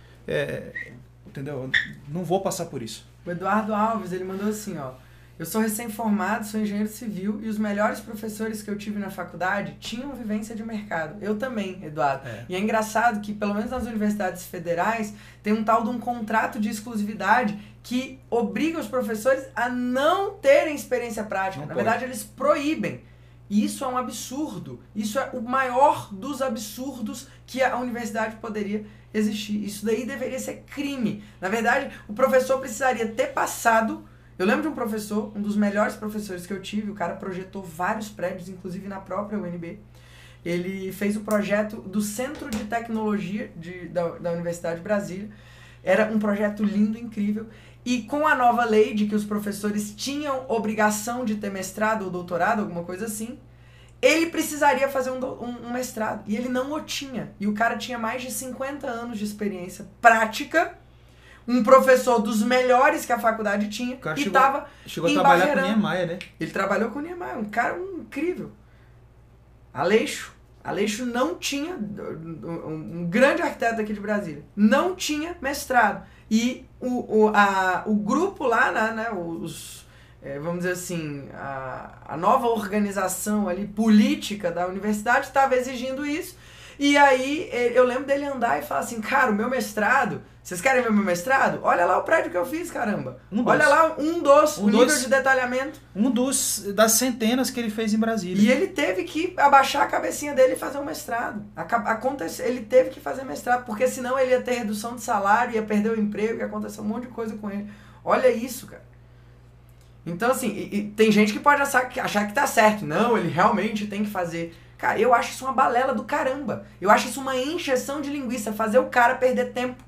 entendeu? Não vou passar por isso. O Eduardo Alves, ele mandou assim, ó, eu sou recém-formado, sou engenheiro civil e os melhores professores que eu tive na faculdade tinham vivência de mercado. Eu também, Eduardo. E é engraçado que, pelo menos nas universidades federais, tem um tal de um contrato de exclusividade que obriga os professores a não terem experiência prática. Na verdade, eles proíbem. E isso é um absurdo. Isso é o maior dos absurdos que a universidade poderia existir. Isso daí deveria ser crime. Na verdade, o professor precisaria ter passado... Eu lembro de um professor, um dos melhores professores que eu tive, o cara projetou vários prédios, inclusive na própria UNB. Ele fez o projeto do Centro de Tecnologia da Universidade de Brasília. Era um projeto lindo, incrível. E com a nova lei de que os professores tinham obrigação de ter mestrado ou doutorado, alguma coisa assim, ele precisaria fazer um mestrado. E ele não o tinha. E o cara tinha mais de 50 anos de experiência prática, um professor dos melhores que a faculdade tinha, e estava chegou a trabalhar com Niemeyer, né? Ele trabalhou com Niemeyer, um cara incrível. Aleixo não tinha, um grande arquiteto aqui de Brasília, não tinha mestrado. E o grupo lá, né, vamos dizer assim, a nova organização ali, política da universidade estava exigindo isso. E aí eu lembro dele andar e falar assim, cara, o meu mestrado, vocês querem ver o meu mestrado? Olha lá o prédio que eu fiz, caramba. Olha lá o nível de detalhamento. Das centenas que ele fez em Brasília. E ele teve que abaixar a cabecinha dele e fazer um mestrado. Ele teve que fazer mestrado, porque senão ele ia ter redução de salário, ia perder o emprego, ia acontecer um monte de coisa com ele. Olha isso, cara. Então, assim, tem gente que pode achar que tá certo. Não, ele realmente tem que fazer. Cara, eu acho isso uma balela do caramba. Eu acho isso uma encheção de linguiça, fazer o cara perder tempo.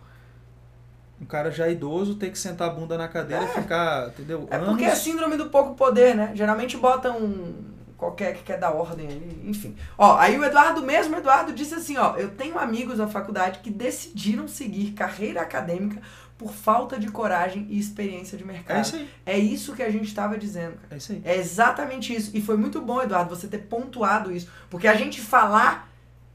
Um cara já idoso ter que sentar a bunda na cadeira e ficar, entendeu? É porque é síndrome do pouco poder, né? Geralmente botam qualquer que quer dar ordem ali, enfim. Ó, aí o Eduardo disse assim, ó, eu tenho amigos da faculdade que decidiram seguir carreira acadêmica por falta de coragem e experiência de mercado. É isso aí. É isso que a gente estava dizendo, cara. É isso aí. É exatamente isso. E foi muito bom, Eduardo, você ter pontuado isso. Porque a gente falar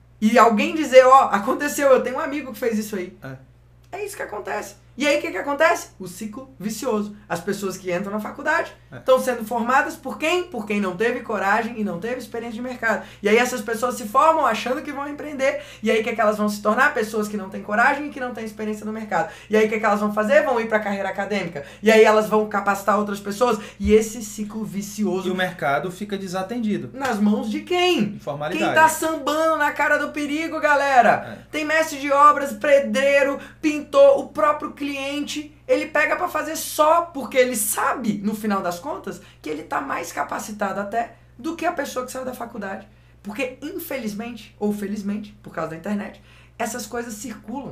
e alguém dizer, ó, aconteceu, eu tenho um amigo que fez isso aí. É isso que acontece. E aí o que acontece? O ciclo vicioso. As pessoas que entram na faculdade estão sendo formadas por quem? Por quem não teve coragem e não teve experiência de mercado. E aí essas pessoas se formam achando que vão empreender. E aí o que elas vão se tornar? Pessoas que não têm coragem e que não têm experiência no mercado. E aí o que elas vão fazer? Vão ir para a carreira acadêmica. E aí elas vão capacitar outras pessoas. E esse ciclo vicioso... E o mercado fica desatendido. Nas mãos de quem? Informalidade. Quem tá sambando na cara do perigo, galera? Tem mestre de obras, pedreiro, pintor, o próprio cliente, ele pega para fazer só porque ele sabe, no final das contas, que ele tá mais capacitado até do que a pessoa que saiu da faculdade. Porque, infelizmente, ou felizmente, por causa da internet, essas coisas circulam.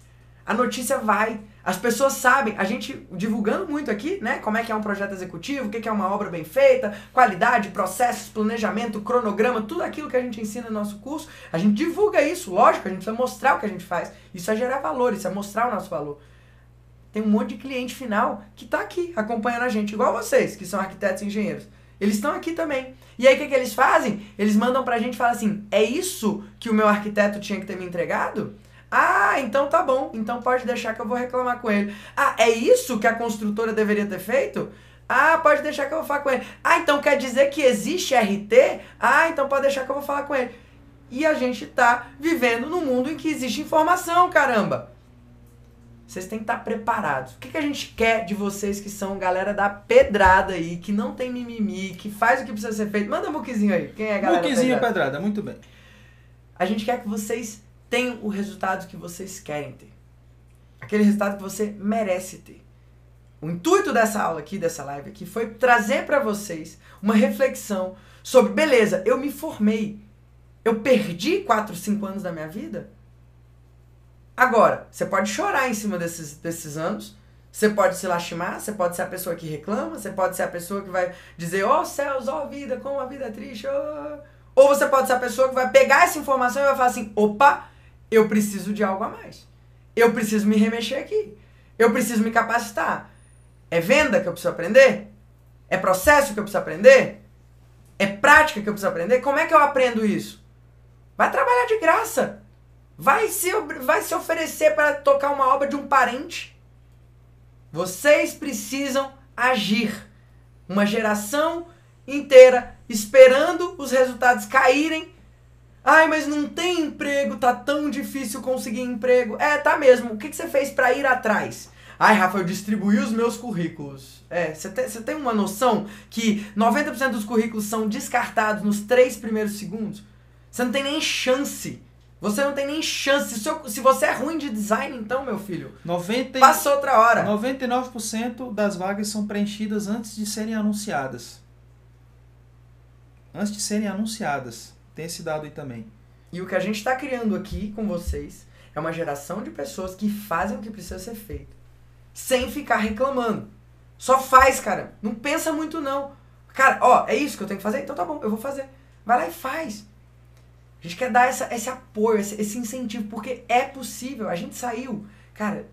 A notícia vai, as pessoas sabem, a gente divulgando muito aqui, né, como é que é um projeto executivo, o que é uma obra bem feita, qualidade, processos, planejamento, cronograma, tudo aquilo que a gente ensina no nosso curso, a gente divulga isso, lógico, a gente precisa mostrar o que a gente faz, isso é gerar valor, isso é mostrar o nosso valor. Tem um monte de cliente final que está aqui acompanhando a gente, igual vocês, que são arquitetos e engenheiros. Eles estão aqui também. E aí o que eles fazem? Eles mandam pra gente e falam assim, é isso que o meu arquiteto tinha que ter me entregado? Ah, então tá bom. Então pode deixar que eu vou reclamar com ele. Ah, é isso que a construtora deveria ter feito? Ah, pode deixar que eu vou falar com ele. Ah, então quer dizer que existe RT? Ah, então pode deixar que eu vou falar com ele. E a gente tá vivendo num mundo em que existe informação, caramba. vocês têm que estar preparados. O que a gente quer de vocês que são galera da pedrada aí, que não tem mimimi, que faz o que precisa ser feito? Manda um muquizinho aí. Quem é a galera Muquizinho pedrada, muito bem. A gente quer que vocês tenham o resultado que vocês querem ter. Aquele resultado que você merece ter. O intuito dessa aula aqui, dessa live aqui, foi trazer para vocês uma reflexão sobre, beleza, eu me formei, eu perdi 4, 5 anos da minha vida? Agora, você pode chorar em cima desses anos, você pode se lastimar, você pode ser a pessoa que reclama, você pode ser a pessoa que vai dizer, ó céus, ó vida, como a vida é triste, oh. Ou você pode ser a pessoa que vai pegar essa informação e vai falar assim, opa, eu preciso de algo a mais. Eu preciso me remexer aqui. Eu preciso me capacitar. É venda que eu preciso aprender? É processo que eu preciso aprender? É prática que eu preciso aprender? Como é que eu aprendo isso? Vai trabalhar de graça. Vai se oferecer para tocar uma obra de um parente. Vocês precisam agir. Uma geração inteira esperando os resultados caírem. Ai, mas não tem emprego, tá tão difícil conseguir emprego. É, tá mesmo. O que você fez para ir atrás? Ai, Rafa, eu distribuí os meus currículos. Você tem uma noção que 90% dos currículos são descartados nos 3 primeiros segundos? Você não tem nem chance. Você não tem nem chance. Se você é ruim de design, então, meu filho, passa outra hora. 99% das vagas são preenchidas antes de serem anunciadas. Antes de serem anunciadas. Tem esse dado aí também. E o que a gente está criando aqui com vocês é uma geração de pessoas que fazem o que precisa ser feito. Sem ficar reclamando. Só faz, cara. Não pensa muito, não. Cara, ó, é isso que eu tenho que fazer? Então tá bom, eu vou fazer. Vai lá e faz. A gente quer dar esse apoio, esse incentivo, porque é possível. A gente saiu, cara,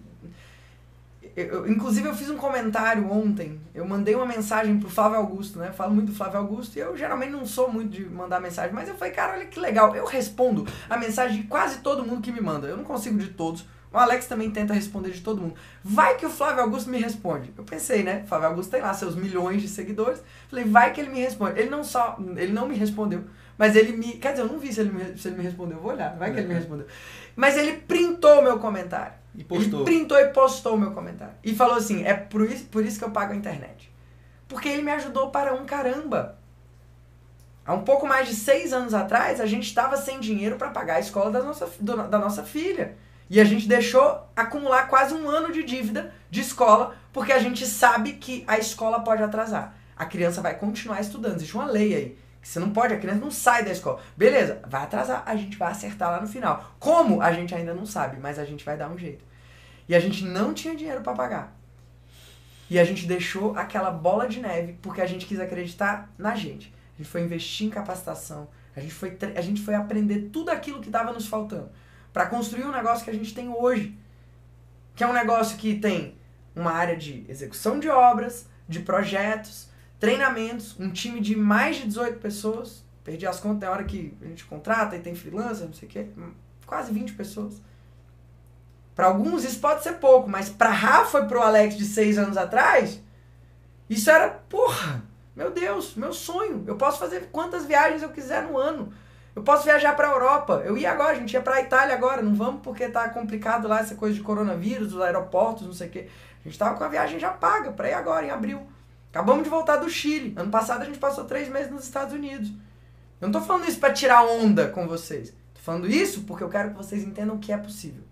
inclusive eu fiz um comentário ontem, eu mandei uma mensagem pro Flávio Augusto, né? Eu falo muito do Flávio Augusto e eu geralmente não sou muito de mandar mensagem, mas eu falei, cara, olha que legal, eu respondo a mensagem de quase todo mundo que me manda. Eu não consigo de todos, o Alex também tenta responder de todo mundo. Vai que o Flávio Augusto me responde. Eu pensei, né? O Flávio Augusto tem lá seus milhões de seguidores. Falei, vai que ele me responde. Ele não me respondeu, mas ele me... Quer dizer, eu não vi se ele me respondeu, eu vou olhar, vai que ele me respondeu. Mas ele printou meu comentário. E postou. Ele printou e postou o meu comentário. E falou assim, é por isso que eu pago a internet. Porque ele me ajudou para um caramba. Há um pouco mais de 6 anos atrás, a gente estava sem dinheiro para pagar a escola da nossa filha. E a gente deixou acumular quase 1 ano de dívida de escola, porque a gente sabe que a escola pode atrasar. A criança vai continuar estudando. Existe uma lei aí. Que você não pode, a criança não sai da escola. Beleza, vai atrasar, a gente vai acertar lá no final. Como? A gente ainda não sabe, mas a gente vai dar um jeito. E a gente não tinha dinheiro para pagar. E a gente deixou aquela bola de neve porque a gente quis acreditar na gente. A gente foi investir em capacitação, a gente foi aprender tudo aquilo que estava nos faltando para construir um negócio que a gente tem hoje. Que é um negócio que tem uma área de execução de obras, de projetos, treinamentos, um time de mais de 18 pessoas. Perdi as contas, tem hora que a gente contrata e tem freelancer, não sei o quê. Quase 20 pessoas. Para alguns isso pode ser pouco, mas para Rafa e pro Alex de 6 anos atrás, isso era, porra, meu Deus, meu sonho. Eu posso fazer quantas viagens eu quiser no ano. Eu posso viajar para a Europa. Eu ia agora, a gente ia para a Itália agora. Não vamos porque tá complicado lá essa coisa de coronavírus, os aeroportos, não sei o quê. A gente tava com a viagem já paga para ir agora, em abril. Acabamos de voltar do Chile. Ano passado a gente passou 3 meses nos Estados Unidos. Eu não tô falando isso para tirar onda com vocês. Tô falando isso porque eu quero que vocês entendam que é possível.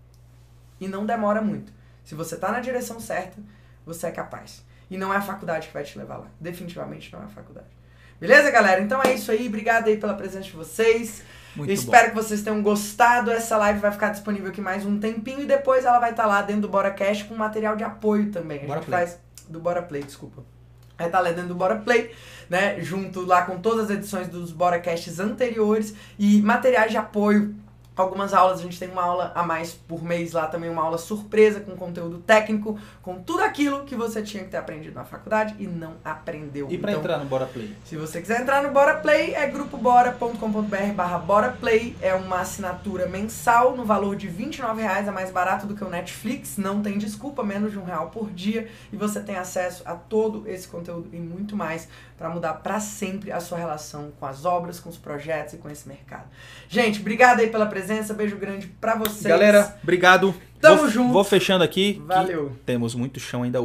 E não demora muito. Se você tá na direção certa, você é capaz. E não é a faculdade que vai te levar lá. Definitivamente não é a faculdade. Beleza, galera? Então é isso aí. Obrigado aí pela presença de vocês. Muito Espero que vocês tenham gostado. Essa live vai ficar disponível aqui mais um tempinho. E depois ela vai estar lá dentro do BoraCast com material de apoio também. A gente faz... Do BoraPlay, desculpa. Vai estar lá dentro do BoraPlay, né? Junto lá com todas as edições dos BoraCasts anteriores. E materiais de apoio. Algumas aulas, a gente tem uma aula a mais por mês lá também, uma aula surpresa com conteúdo técnico, com tudo aquilo que você tinha que ter aprendido na faculdade e não aprendeu. E para entrar no BoraPlay? Se você quiser entrar no BoraPlay, é grupobora.com.br/BoraPlay, é uma assinatura mensal no valor de R$29, é mais barato do que o Netflix, não tem desculpa, menos de R$1 por dia, e você tem acesso a todo esse conteúdo e muito mais para mudar para sempre a sua relação com as obras, com os projetos e com esse mercado. Gente, obrigado aí pela presença, beijo grande pra vocês. Galera, obrigado. Tamo junto. Vou fechando aqui. Valeu. Temos muito chão ainda